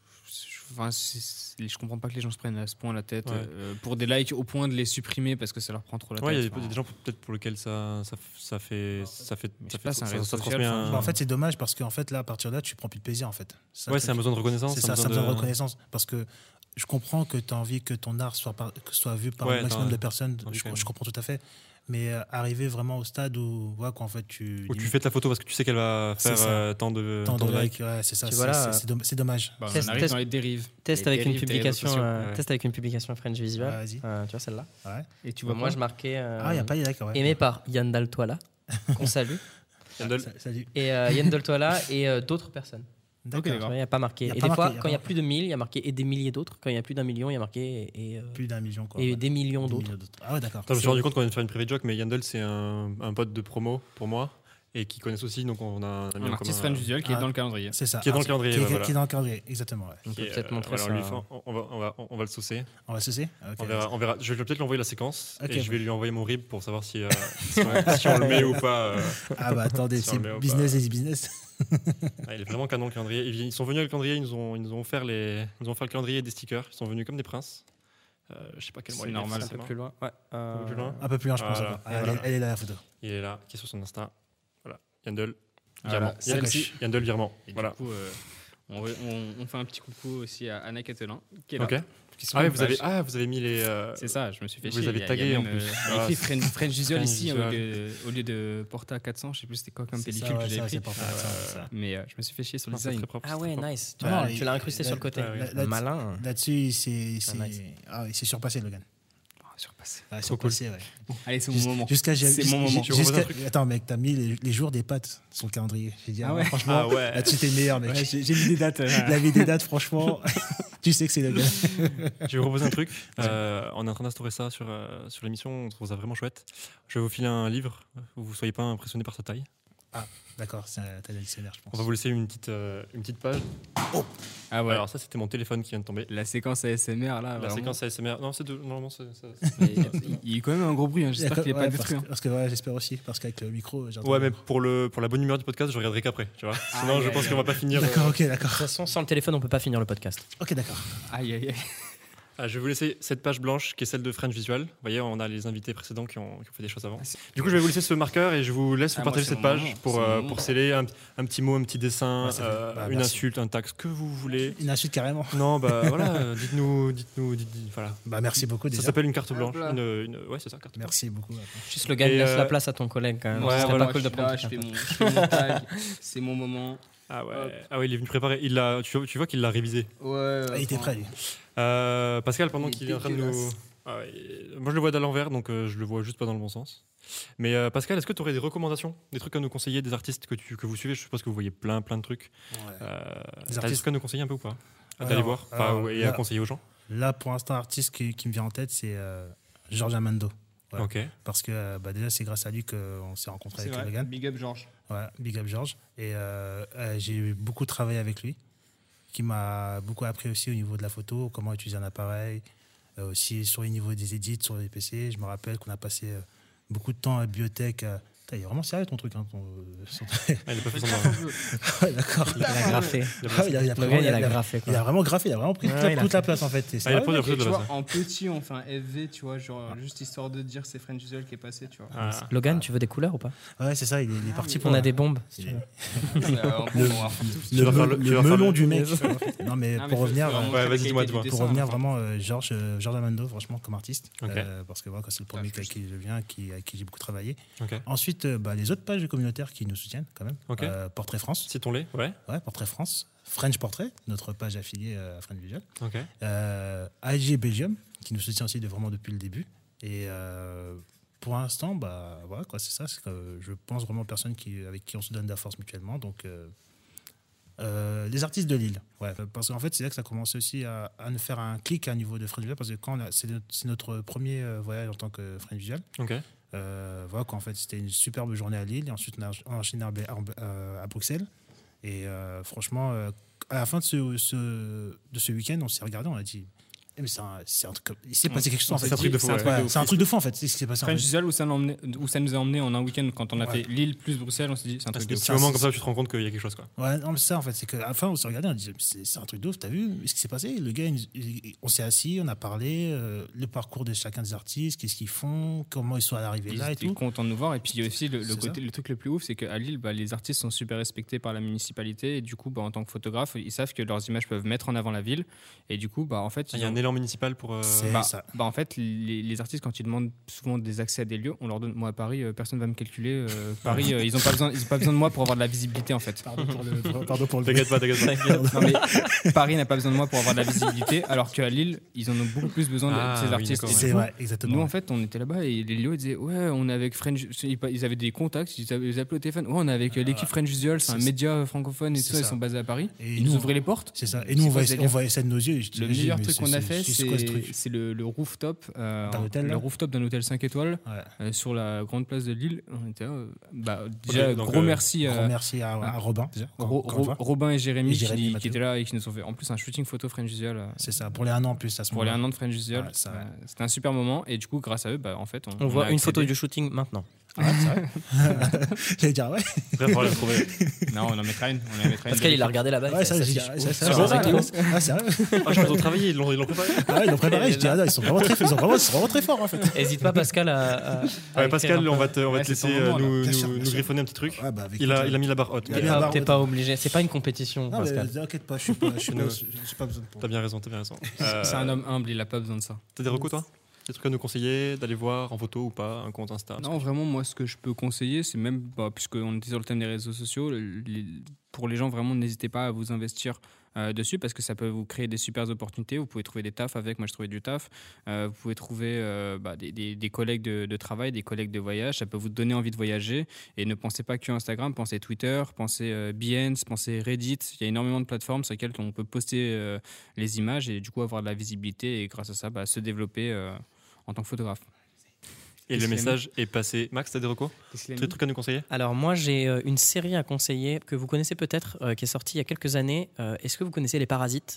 je- enfin, c'est- c'est- je comprends pas que les gens se prennent à ce point la tête Ouais. euh, pour des likes au point de les supprimer parce que ça leur prend trop la Ouais, il y a tête. des, des gens peut-être pour lesquels ça, ça, ça fait, ça fait, je ça sais fait, pas, c'est un ça, réseau ça social, transmet enfin, un. Bah, en fait, c'est dommage parce qu'en fait, là, à partir de là, tu prends plus de plaisir en fait. C'est ça, ouais, le c'est un truc. besoin de reconnaissance. C'est un ça, c'est un besoin de de- reconnaissance. Parce que je comprends que tu as envie que ton art soit, par- que soit vu par Ouais, le maximum t'as- de personnes. t'as envie Je, quand même. je comprends tout à fait. Mais euh, arriver vraiment au stade où, ouais, qu'en fait, tu. Où tu fais ta photo parce que tu sais qu'elle va C'est faire ça. euh, tant de, tant tant de de likes, ouais, c'est ça. Tu C'est vois là, c'est- c'est domm- c'est dommage. Bah, on Test- arrive test- dans les dérives. Test Les avec une dérives des réseaux publication. sociaux. euh, ouais. Test avec une publication French Visual. Ouais, vas-y. Euh, tu vois celle-là. Ouais. Et tu Bah, vois moi, quoi je marquais. euh, Ah, il n'y a pas les likes, ouais. Aimé par Yann Daltoila, qu'on salue. Yandel. Sa- Salut. Et euh, Yann Daltoila et euh, d'autres personnes. D'accord. d'accord. Il n'y a pas marqué. Il y a Et pas des marqué, fois, il y a quand il y a pas plus de mille, il y a marqué et des milliers d'autres. Quand il y a plus d'un million, il y a marqué et, et, euh, Plus d'un million, quoi. et Ouais. des millions Des d'autres. millions d'autres. Ah, ouais, d'accord. Attends, je me suis rendu compte qu'on vient de faire une private joke, mais Yandel, c'est un, un pote de promo pour moi et qui connaissent aussi, donc on a un ami Un en artiste commun. French Visual qui Ah. est dans le calendrier. C'est ça. Qui est dans le Ah, calendrier, Qui, est- ouais, voilà. qui est dans le calendrier, exactement. Ouais. On peut Et, peut-être euh, montrer voilà, ça. on, lui fait- on- on va, on, va, on va le saucer. On va cesser Ok. On verra, on verra. Je vais peut-être lui envoyer la séquence Ok, et je vais ouais. lui envoyer mon rib pour savoir si, euh, si, on, si on le met ou pas. euh. Ah, bah attendez, Si on c'est le met ou business pas. is business. Ah, il est vraiment canon le calendrier. Ils ils sont venus avec le calendrier, ils nous ont, ils nous ont offert les, ils nous ont offert le calendrier et des stickers. Ils sont venus comme des princes. Euh, je sais pas quel mois C'est il est, normal, Un peu forcément. plus loin. Ouais. euh, Un peu plus loin. Un peu plus loin, je pense. Voilà. encore. Ah, elle, Voilà. est- elle est là, la photo. Il est là, qui est sur son Insta. Voilà, Yandel. Voilà, Virement. celle-ci. Yandel virement. Et Voilà. du coup, euh, on, on- on fait un petit coucou aussi à Anna Catelin, qui est là. Ok. qui sont Ah, ouais, une vous avez, page. ah, vous avez mis les. euh, C'est ça, je me suis fait vous chier. avez Il y a- tagué, il y a en même, plus. euh, Ah, Il y a écrit c'est- French, French Visual French ici, au Visual. lieu, de, au lieu de Porta quatre cents, je sais plus c'était quoi comme C'est ça, pellicule ouais, que ça, j'avais c'est pris. pas grave, ça, c'est ça. Mais euh, je me suis fait chier sur le non, c'est design. très propre, Ah c'est ouais, très propre. nice. Tu Non, l'as- il- tu l'as incrusté là- sur le côté. là- là- Malin. Là-dessus, il s'est Ah, nice. c'est- ah, il s'est surpassé, Logan. Oh, surpassé. Ah, Trop cool. surpassé, ouais. Allez, c'est Jus- mon moment. Jusqu'à j'ai- C'est jus- mon moment. jus- Tu proposes un jusqu'à- Attends, mec, t'as mis les, les jours des pâtes sur le calendrier. J'ai dit, Ah ah, ouais. franchement, Ah ouais. là-dessus, t'es le meilleur, mec. Ouais, j'ai j'ai mis des dates. euh, Il a mis des dates, franchement. Tu sais que c'est le gars. Je vais vous proposer un truc. Euh, on est en train d'instaurer ça sur, euh, sur l'émission. On trouve ça vraiment chouette. Je vais vous filer un livre où vous ne soyez pas impressionné par sa taille. D'accord, c'est un tel dictionnaire, je pense. On va vous laisser une petite, euh, une petite page. Ah ouais. Alors, ça, c'était mon téléphone qui vient de tomber. La séquence A S M R là. La vraiment. séquence A S M R. Non, c'est de. Normalement, c'est. ça- Mais il- Il y a quand même un gros bruit. hein. J'espère D'accord, qu'il n'est ouais, pas parce détruit. que, hein. parce que ouais, j'espère aussi, parce qu'avec le micro, j'entends. Ouais, mais pour, le, pour la bonne humeur du podcast, je regarderai qu'après. Tu vois. Sinon, Aïe, je aïe, pense aïe. qu'on va pas finir. D'accord, euh, ok, De d'accord. toute façon, sans le téléphone, on peut pas finir le podcast. Ok, d'accord. Aïe aïe aïe. Ah, je vais vous laisser cette page blanche qui est celle de French Visual. Vous voyez, on a les invités précédents qui ont, qui ont fait des choses avant. Du coup, je vais vous laisser ce marqueur et je vous laisse vous Ah, moi, partager c'est cette mon page moment. pour, C'est euh, mon pour moment. sceller un, un petit mot, un petit dessin, Ouais, ça fait- euh, bah, une merci. insulte, un tag, ce que vous voulez. Une insulte carrément. Non, bah voilà, euh, dites-nous, dites-nous, dites, dites- voilà. Bah, merci beaucoup Ça déjà. s'appelle une carte blanche. Hop là. Une, une- ouais, c'est ça, carte blanche. Merci beaucoup. Juste le gars, Et, laisse euh, la place à ton collègue quand même. Ouais, Ce serait voilà. pas cool de je suis là, prendre je fais quelqu'un. mon, je fais mon tag, c'est mon moment. Ah ouais. Hop. Ah ouais, il est venu préparer. Il l'a, tu, tu vois qu'il l'a révisé. Ouais. Ah, il était prêt lui. Euh, Pascal, pendant Il est qu'il est en train de nous. dégueulasse. Ah ouais, moi, je le vois à l'envers, donc euh, je le vois juste pas dans le bon sens. Mais euh, Pascal, est-ce que tu aurais des recommandations, des trucs à nous conseiller, des artistes que, tu, que vous suivez? Je suppose que vous voyez plein, plein de trucs. Euh, Des t'as des artistes- trucs à nous conseiller un peu ou pas? Alors, D'aller voir enfin, alors, ouais, et là- à conseiller aux gens. Là, pour l'instant, l'artiste qui, qui me vient en tête, c'est euh, George Amando. Ouais. Ok. Parce que euh, bah, déjà, c'est grâce à lui qu'on s'est rencontré C'est avec vrai. Logan. Big up Georges. Ouais, big up George. Et euh, euh, j'ai eu beaucoup travaillé avec lui, qui m'a beaucoup appris aussi au niveau de la photo, comment utiliser un appareil, euh, aussi sur le niveau des edits, sur les P C. Je me rappelle qu'on a passé euh, beaucoup de temps à la bibliothèque. à- Putain, il est vraiment sérieux ton truc. Hein, ton... son- Ah, il a pas fait son ouais, d'accord. Il a graffé. Ah, il a, il a Le vraiment- gars, il il a a- graffé. il a Quoi. vraiment graffé, il a vraiment pris toute, Ouais, la, il a toute la fait- place en fait. Et c'est Ah, il a vrai, pris des Et photos tu de vois, là, ça. en petit, on fait un F V, tu vois, genre juste histoire de dire c'est French Visual qui est passé, tu vois. Ah. Logan, tu veux des couleurs ou pas? ouais, c'est ça, il est, il est parti pour On a la- des bombes. si tu Il est- veux. Euh, en gros, Le- on va faire tout. Tu le, vas faire me- le- tu le vas faire melon le- du mec. non, mais Non, mais pour faut- revenir, faut euh, vraiment Ouais, la vas-y, qualité dis-moi, du dis-moi. pour dessin, revenir hein. vraiment, euh, Georges euh, Georges Amando, franchement, comme artiste. Ok. Euh, parce que voilà, c'est le premier Ah, avec qui je viens, qui, avec qui j'ai beaucoup travaillé. Ok. Ensuite, euh, bah, les autres pages communautaires qui nous soutiennent quand même. Ok. Euh, Portrait France. Citons-les. Ouais. Ouais, Portrait France. French Portrait, notre page affiliée euh, à French Visual. Ok. Euh, A G Belgium, qui nous soutient aussi de, vraiment depuis le début. Et euh, pour l'instant, bah, voilà, quoi, c'est ça. C'est que je pense vraiment aux personnes qui, avec qui on se donne de la force mutuellement. Donc, euh, euh, les artistes de Lille. Ouais, parce qu'en fait, c'est là que ça a commencé aussi à, à nous faire un clic à niveau de French Visual. Parce que quand on a- c'est, notre, c'est notre premier euh, voyage en tant que French Visual. Ok. Euh, voilà, qu'en fait, c'était une superbe journée à Lille. Et ensuite, on a on a enchaîné à, à- à Bruxelles. Et euh, franchement, euh, à la fin de ce, ce- de ce week-end, on s'est regardé, on a dit eh, mais c'est un, c'est un truc comme- il s'est passé quelque chose en C'est fait. un truc de fou, C'est un ouais. truc- Ouais. c'est un truc de fou en fait. C'est ce qui s'est passé en French fait. Visual, où ça, l'emmenait- où ça nous a emmené en un week-end quand on a Ouais. fait Lille plus Bruxelles, on s'est dit c'est un Ah, truc c'est de des ouf. petits moments comme ça où tu te rends compte qu'il y a quelque chose, quoi. Ouais, non, mais c'est ça en fait. C'est qu'à la fin, on s'est regardé, on a dit c'est, c'est un truc de ouf, t'as vu ce qui s'est passé? Le gars, il- il- on s'est assis, on a parlé, euh, le parcours de chacun des artistes, qu'est-ce qu'ils font, comment ils sont arrivés Ils là et étaient tout. contents de nous voir. Et puis il y a aussi le, le, C'est côté, le truc le plus ouf, c'est qu'à Lille, bah, les artistes sont super respectés par la municipalité. Et du coup, bah, en tant que photographe, ils savent que leurs images peuvent mettre en avant la ville. Et du coup, bah, en fait, Ah, il y a ils un ont- élan municipal pour. euh, C'est bah, ça. bah, en fait, les, les artistes, quand ils demandent souvent des accès à des lieux, on leur donne. Moi, à Paris, euh, personne ne va me calculer. euh, Paris, euh, ils n'ont pas, besoin- ils ont pas besoin de moi pour avoir de la visibilité, en fait. Pardon pour le, pardon pour le T'inquiète pas, t'inquiète pas. Non, mais Paris n'a pas besoin de moi pour avoir de la visibilité, alors qu'à Lille, ils en ont beaucoup plus besoin de Ah, ces oui, artistes. d'accord, Et du C'est coup, vrai, exactement. Nous, en fait, on était là-bas et les lieux ils disaient ouais, on est avec French. Ils avaient des contacts, ils avaient ils appelaient au téléphone. Ouais, on est avec euh, l'équipe French Visual, c'est un C'est- média francophone et tout c'est ça, ils ça. sont basés à Paris. Et Ils nous, nous on- ouvraient les portes. C'est ça. Et nous, on quoi voyait, ce on délire voyait ça de nos yeux. et je Le dis, meilleur mais truc c'est- qu'on a c'est- fait, c'est quoi ce c'est truc c'est le, le rooftop, euh, D'un hôtel, le là rooftop d'un hôtel cinq étoiles Ouais. euh, sur la grande place de Lille. On était, euh, bah, déjà, donc, gros euh, merci à Grand merci à, à Robin, déjà. Ro- encore une fois. Ro- Robin et Jérémy, Et Jérémy, qui, qui Mathieu. étaient là et qui nous ont fait en plus un shooting photo French Visual. euh, C'est ça, pour les un an en plus à ce Pour les moment-là. un an de French Visual. Ouais, ça, Euh, ouais. C'était un super moment et du coup, grâce à eux, bah, en fait, on, On voit a une photo accédé. du shooting maintenant. Ah, c'est vrai. J'allais dire, ouais. Très fort à le trouver. Non, on en mettra une. On en mettra une. Pascal, il a regardé là-bas. Ouais, il ça, fait, j'ai dit, ça, ah, c'est ça, chaud. ça, Sur ça, un ça, vélo. Ah, c'est vrai. Ah, je pense qu'ils ont travaillé, ils l'ont ils l'ont préparé. Ah, ouais, ils l'ont préparé. Je dis, ah, non, ils sont vraiment très, ils sont vraiment, ils sont vraiment très forts, en fait. Hésite pas, Pascal, à. à- à Ouais, écrire Pascal, un peu. on va te, on va Ouais, te c'est laisser ton moment, euh, nous, Bien sûr, nous, bien nous sûr. griffonner un petit truc. Ouais, bah, avec Il a, plaisir. il a mis la barre haute. Il a T'es mis la pas, barre t'es haute. pas obligé. C'est pas une compétition, Non, mais Pascal. t'inquiète pas, je suis pas, je suis Nous- pas, j'ai pas besoin de pour. T'as bien raison, t'as bien raison. Euh, C'est un homme humble, il a pas besoin de ça. T'as des recos, toi? Des trucs à nous conseiller, d'aller voir en photo ou pas, un compte Insta? Non, vraiment, moi, ce que je peux conseiller, c'est même, bah, puisqu'on était sur le thème des réseaux sociaux, les- pour les gens, vraiment, n'hésitez pas à vous investir euh, dessus parce que ça peut vous créer des super opportunités. Vous pouvez trouver des tafs avec. Moi, je trouvais du taf. Euh, vous pouvez trouver euh, bah, des, des, des collègues de, de travail, des collègues de voyage. Ça peut vous donner envie de voyager. Et ne pensez pas que Instagram, pensez Twitter, pensez euh, Behance, pensez Reddit. Il y a énormément de plateformes sur lesquelles on peut poster euh, les images et du coup avoir de la visibilité et grâce à ça, bah, se développer euh, en tant que photographe. Et le Qu'est-ce qu'il a message est passé. Max, t'as des recos? Des trucs à nous conseiller? Alors moi j'ai euh, une série à conseiller que vous connaissez peut-être, euh, qui est sortie il y a quelques années. Euh, Est-ce que vous connaissez Les Parasites?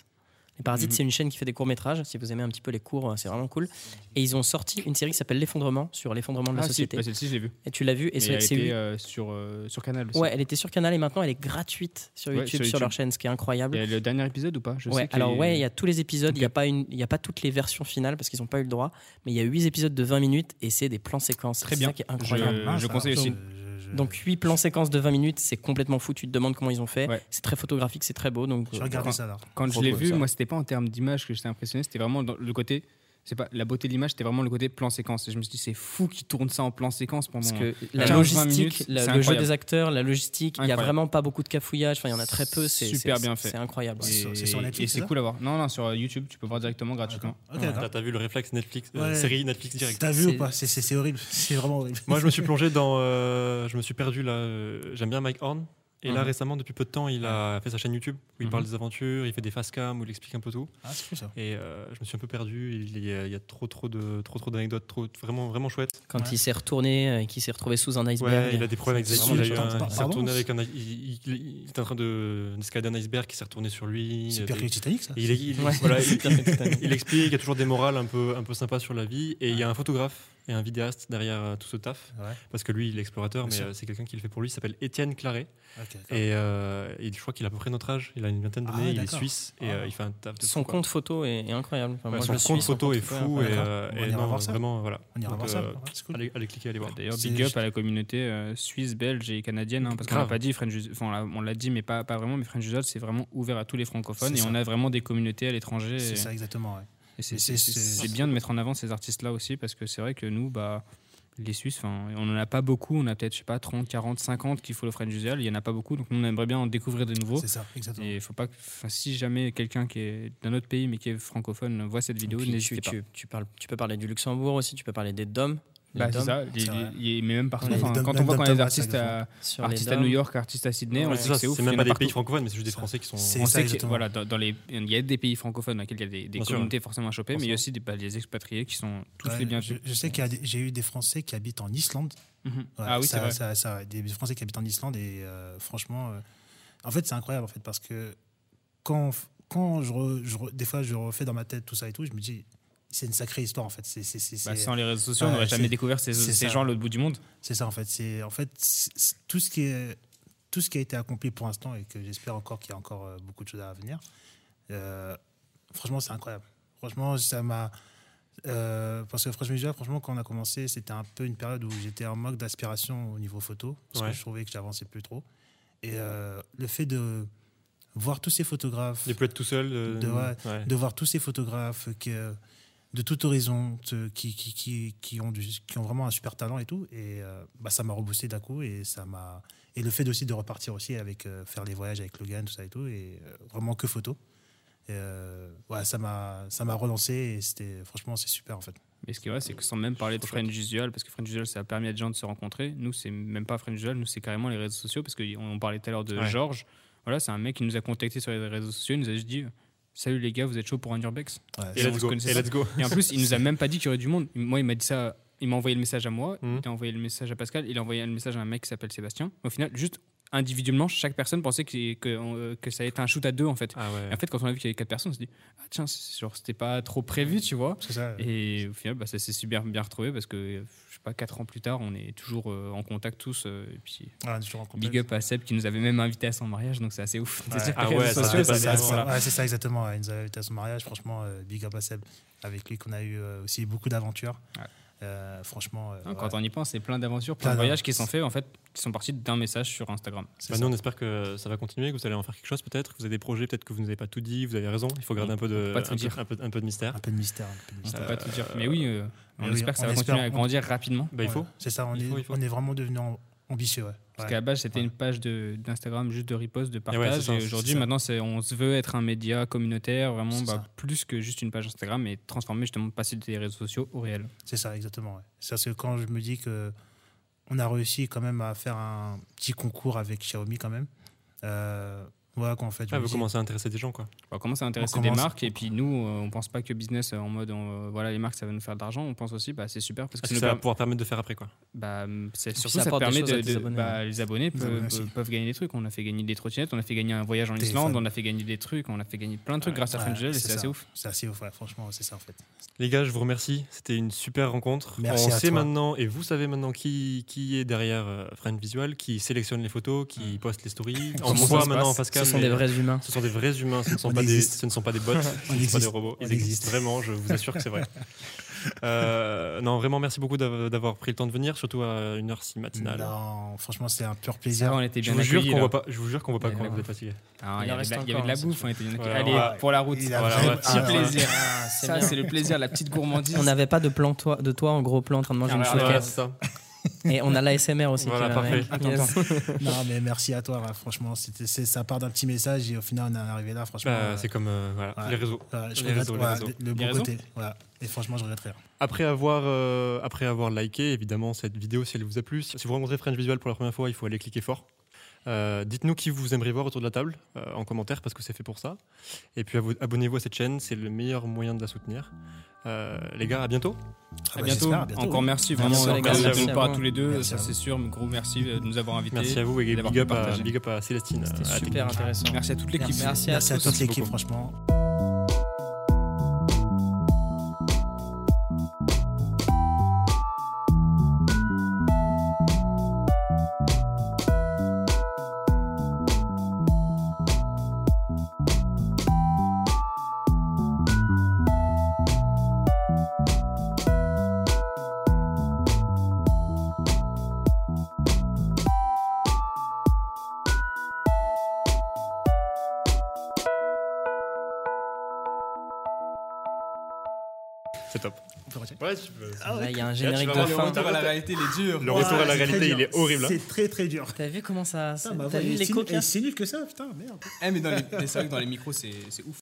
Les Parasites, Mhm. c'est une chaîne qui fait des courts-métrages. Si vous aimez un petit peu les cours, c'est vraiment cool. Et ils ont sorti une série qui s'appelle L'Effondrement, sur l'effondrement de la Ah, si, société. bah, celle-ci, je l'ai vue. Et tu l'as vu. Et Et c'est, elle c'est était huit- euh, sur, euh, sur Canal aussi. Ouais, elle était sur Canal et maintenant elle est gratuite sur Ouais, YouTube, sur sur, leur YouTube. chaîne, ce qui est incroyable. Il y a le dernier épisode ou pas? Je Ouais, sais qu'il alors est- ouais, il y a tous les épisodes, il Ok. n'y a, pas une- il y a pas toutes les versions finales parce qu'ils n'ont pas eu le droit, mais il y a huit épisodes de vingt minutes et c'est des plans séquences. Très C'est bien. ça qui est incroyable. Euh, je conseille aussi. Donc huit plans séquences de vingt minutes, c'est complètement fou, tu te demandes comment ils ont fait. Ouais. C'est très photographique, c'est très beau. Donc, Je euh, regardais Enfin, ça là. Quand je Trop l'ai cool, vu, ça. moi, c'était pas en termes d'image que j'étais impressionné, c'était vraiment dans le côté. C'est pas la beauté de l'image, c'était vraiment le côté plan séquence. Et je me suis dit, c'est fou qu'ils tournent ça en plan séquence pendant. Parce que la quinze vingt logistique, minutes, la- c'est le jeu incroyable. des acteurs, la logistique, il n'y a Incroyable. vraiment pas beaucoup de cafouillage, enfin il y en a très peu, c'est Super c'est- bien fait. C'est incroyable. Et, C'est sur- c'est sur Netflix, et c'est c'est ça cool à voir. Non, non, sur YouTube, tu peux voir directement gratuitement. Ok, Ouais. d'accord. T'as t'as vu le réflexe Netflix, euh, Ouais. série Netflix direct. T'as vu C'est- ou pas? C'est- C'est c'est horrible. C'est vraiment horrible. Moi, je me suis plongé dans. euh, je me suis perdu là. euh, J'aime bien Mike Horn. Et là, Mhm. récemment, depuis peu de temps, il a fait sa chaîne YouTube où il Mhm. parle des aventures, il fait des facecam où il explique un peu tout. Ah, c'est cool ça. Et euh, je me suis un peu perdu. Il y a, il y a trop, trop de, trop, trop d'anecdotes, trop, vraiment, vraiment chouette. Quand Ouais. il s'est retourné euh, et qu'il s'est retrouvé sous un iceberg. Ouais, il a des problèmes avec C'est des vraiment il, a eu méchant. un- il s'est Pardon retourné avec un. Il, il- il- il était en train de d'escalader un iceberg qui s'est retourné sur lui. C'est pire que Et- le Titanic ça. et il, est- il- Ouais, voilà, c'est il- pire que Titanic. il explique qu'il y a toujours des morales un peu, un peu sympas sur la vie. Et il y a un photographe et un vidéaste derrière euh, tout ce taf. Ouais. Parce que lui, il est explorateur, Bien mais sûr. euh, c'est quelqu'un qui le fait pour lui. Il s'appelle Étienne Claret. Ok, d'accord. Et, euh, et je crois qu'il a à peu près notre âge. Il a une vingtaine Ah d'années. ouais, il est d'accord. suisse et Ah. euh, il fait un taf de Son fou, quoi. compte photo est, est incroyable. Enfin, Ouais, moi, je son le suis, compte photo est fou et, D'accord. euh, On et ira non, voir ça. vraiment voilà. On ira Donc, voir ça. euh, Ouais, c'est cool. allez, allez cliquer, allez voir. D'ailleurs, C'est big up juste- à la communauté euh, suisse, belge et canadienne. hein, parce qu'on Grave. l'a pas dit, French Usual- enfin, on l'a- on l'a dit, mais pas, pas vraiment. Mais French Usual, c'est vraiment ouvert à tous les francophones. C'est Et ça. on a vraiment des communautés à l'étranger. C'est Et, ça exactement. Ouais. et c'est Mais c'est- c'est- c'est- c'est bien de mettre en avant ces artistes-là aussi. Parce que c'est vrai que nous, bah. Les Suisses, enfin, on n'en a pas beaucoup, on a peut-être, je sais pas, trente, quarante, cinquante qui font le French Usual, il y en a pas beaucoup, donc nous on aimerait bien en découvrir de nouveaux. C'est ça exactement. Et il faut pas que, enfin, si jamais quelqu'un qui est d'un autre pays mais qui est francophone voit cette vidéo, Et puis, n'hésitez tu, pas. tu, tu, parles, tu peux parler du Luxembourg aussi, tu peux parler des D O M. Les Bah, D O c'est M. ça, les- C'est vrai. les- les- mais même partout. Ouais, enfin, les dom- quand on même voit qu'on a dom-tom, des ouais, artistes, ça, à, Sur artistes les à D O M. New York, artistes à Sydney, on Ouais, sait c'est que ça, c'est ouf. c'est il y même en pas a des partout. pays francophones, mais c'est juste des Ça. Français qui sont. C'est On ça sait que exactement. voilà, dans, dans les, il y a des pays francophones dans lesquels il y a des, des Bien sûr. communautés forcément à choper, mais il y a Forcément. aussi des, bah, les expatriés qui sont tous Ouais, les je, bienvenus. je sais qu'il y a des- j'ai eu des Français qui habitent en Islande. Mhm. Ouais, Ah oui, ça- c'est vrai. ça- ça- des Français qui habitent en Islande et euh, franchement, euh, en fait, c'est incroyable en fait parce que quand, quand je, re- je re- des fois je refais dans ma tête tout ça et tout, je me dis c'est une sacrée histoire en fait. C'est c'est- c'est- Bah, c'est- sans les réseaux sociaux, on Ouais, n'aurait jamais c'est- découvert ces, c'est ces ça. gens à l'autre bout du monde. c'est ça en fait. C'est en fait c'est- c'est tout ce qui est tout ce qui a été accompli pour l'instant et que j'espère encore qu'il y a encore euh, beaucoup de choses à venir. Euh, franchement, c'est incroyable. Franchement, ça m'a euh, parce que franchement, déjà, franchement, quand on a commencé, c'était un peu une période où j'étais en manque d'aspiration au niveau photo parce Ouais. que je trouvais que j'avançais plus trop. Et euh, le fait de voir tous ces photographes, Il peut être tout seul. euh, De- ouais. ouais. de voir tous ces photographes que, de tout horizon te- qui, qui, qui, qui, ont du- qui ont vraiment un super talent et tout. Et euh, bah, ça m'a reboosté d'un coup. Et, ça m'a... et le fait aussi de repartir aussi avec euh, faire les voyages avec Logan, tout ça et tout. Et euh, vraiment que photo. Et, euh, ouais, ça m'a, ça m'a relancé. Et c'était, franchement, c'est super en fait. Mais ce qui est vrai, c'est que sans même parler de French Usual, parce que French Usual, ça a permis à des gens de se rencontrer. Nous, c'est même pas French Usual, nous, c'est carrément les réseaux sociaux, parce qu'on on parlait tout à l'heure de Ouais. Georges. Voilà, c'est un mec qui nous a contactés sur les réseaux sociaux, il nous a juste dit salut les gars, vous êtes chaud pour un Urbex? Ouais, Et on let's se go. connaissait Et pas. let's go. Et en plus, il nous a même pas dit qu'il y aurait du monde. Moi, il m'a dit ça, il m'a envoyé le message à moi, Mhm. il a envoyé le message à Pascal, il a envoyé le message à un mec qui s'appelle Sébastien. Au final, juste individuellement, chaque personne pensait que, que, euh, que ça allait être un shoot à deux en fait. Ah ouais. Et en fait, quand on a vu qu'il y avait quatre personnes, on s'est dit ah tiens, c'est- genre c'était pas trop prévu, tu vois. c'est ça. Et au final, bah, ça s'est super bien retrouvé parce que, euh, je sais pas, quatre ans plus tard, on est toujours euh, en contact tous. euh, et puis, Ouais, on est toujours en contact. big up à Seb qui nous avait même invité à son mariage, donc c'est assez ouf. de Ouais. dire que Ah les ouais, réseaux ça sociaux, dépasse ça- vraiment. voilà. Ouais, c'est ça exactement. ouais. Il nous a invité à son mariage. Franchement, euh, big up à Seb. Avec lui, qu'on a eu euh, aussi beaucoup d'aventures. Ouais. Euh, franchement. euh, Hein, ouais. Quand on y pense, c'est plein d'aventures, Plein plein de voyages d'aventures. qui sont faits, en fait, qui sont partis d'un message sur Instagram. C'est Bah, ça. nous, on espère que ça va continuer, que vous allez en faire quelque chose peut-être. Vous avez des projets, peut-être que vous n'avez pas tout dit. Vous avez raison. Il faut garder un peu de, peut pas tout un peu, dire. un peu, un peu de mystère. Un peu de mystère. Un peu de On mystère. peut pas tout dire. Mais oui, euh, on mais oui, espère que ça on va espère- continuer à on- grandir rapidement. Bah, il faut. Ouais, c'est ça, on, Il est, faut, il faut. on est vraiment devenu am- ambitieux. Ouais. Parce Ouais. qu'à la base, c'était Ouais. une page de- d'Instagram juste de repost, de ouais, partage. c'est ça, Et c'est aujourd'hui, ça. maintenant, c'est- on se veut être un média communautaire, vraiment C'est bah, ça. plus que juste une page Instagram et transformer justement, passer des réseaux sociaux au réel. C'est ça, exactement. Ouais. C'est parce que quand je me dis que on a réussi quand même à faire un petit concours avec Xiaomi quand même, euh, Voilà qu'on fait. Ah, vous commencez à intéresser des gens, quoi. On commence à intéresser On des commence- marques et puis nous, euh, on pense pas que business euh, en mode euh, voilà les marques ça va nous faire de l'argent. On pense aussi bah c'est super parce que Parce ça que nous ça va permet- pouvoir permettre de faire après, quoi. bah c'est puis surtout ça ça te apporte des permet choses à de, tes de- abonnés, bah, ouais. les abonnés Les peuvent, abonnés aussi. peuvent- peuvent gagner des trucs. On a fait gagner des trottinettes, on a fait gagner un voyage en Téléphone. Islande, on a fait gagner des trucs, on a fait gagner plein de trucs grâce à Ouais, Fringel et c'est c'est ça. assez ouf. C'est assez ouf, ouais, franchement, c'est ça en fait. Les gars, je vous remercie. C'était une super rencontre. Merci On à sait toi. maintenant, et vous savez maintenant qui, qui est derrière euh, Friend Visual, qui sélectionne les photos, qui poste les stories. On Comment ça voit se maintenant passe en face cam. Ce sont les- des vrais humains. Ce sont des vrais humains, ce ne sont, On pas, des, existe. ce ne sont pas des bots, ce ne sont pas existe. des robots. On Ils existent vraiment, je vous assure que c'est vrai. Euh, non, vraiment, merci beaucoup d'av- d'avoir pris le temps de venir, surtout à une heure si matinale. Non, franchement, c'est un pur Ça plaisir. va, on était Je bien vous jure accueillis, qu'on là. voit pas, je vous jure qu'on voit pas Ouais, quand la vous êtes bouffe. fatigué. Ah, Il Il y en avait reste de la- il y avait de la encore, bouffe, on était bien accueillis. Ouais, Allez, ouais. pour la route. Il a Voilà, vraiment- ouais. Petit Ah, plaisir. Ah, c'est Ça, bien. c'est le plaisir, la petite gourmandise. On n'avait pas de plan toi, de toi en gros plan en train de manger Ah, une ouais, Ouais, chouquette. c'est ça. Et on a l'A S M R aussi. Voilà, qui va parfait. avec. Attends, Yes. Non, mais merci à toi. Ouais, franchement, c'était, c'est, ça part d'un petit message et au final, on est arrivé là. Franchement, Bah, euh, c'est comme euh, voilà, ouais. les réseaux. voilà, je les regrette réseaux, les voilà, réseaux. le, le Les bon réseaux côté. Voilà. Et franchement, je regrette rien. Après avoir, euh, après avoir liké évidemment cette vidéo, si elle vous a plu, si vous rencontrez French Visual pour la première fois, il faut aller cliquer fort. Euh, dites-nous qui vous aimeriez voir autour de la table euh, en commentaire parce que c'est fait pour ça. Et puis abo- abonnez-vous à cette chaîne, c'est le meilleur moyen de la soutenir. Euh, les gars, à bientôt. Ah À bah, bientôt. j'espère, à bientôt. Encore merci, Merci vraiment. à euh, vous. Merci Merci à à vous vous. pas à tous les deux, Merci ça à vous. c'est sûr. Mais gros merci de nous avoir invités. Merci à vous et d'avoir big up, pu à, partager. big up à Célestine. C'était à la super technique. intéressant. Merci à toute l'équipe. Merci à Merci à tous. toute l'équipe, beaucoup. franchement. C'est top. On peut retirer. Ouais, tu peux. Là, il y a un Là, générique tu vas de voir fin. le retour à la réalité, il est dur. Le retour à la c'est très réalité, dur. il est horrible. hein. C'est très très dur. T'as vu comment ça. Putain, bah, T'as ouais, vu il est l'écho si- qu'il y a il est si nul que ça, putain, merde. Eh, mais dans les- mais c'est vrai que dans les micros, c'est c'est ouf.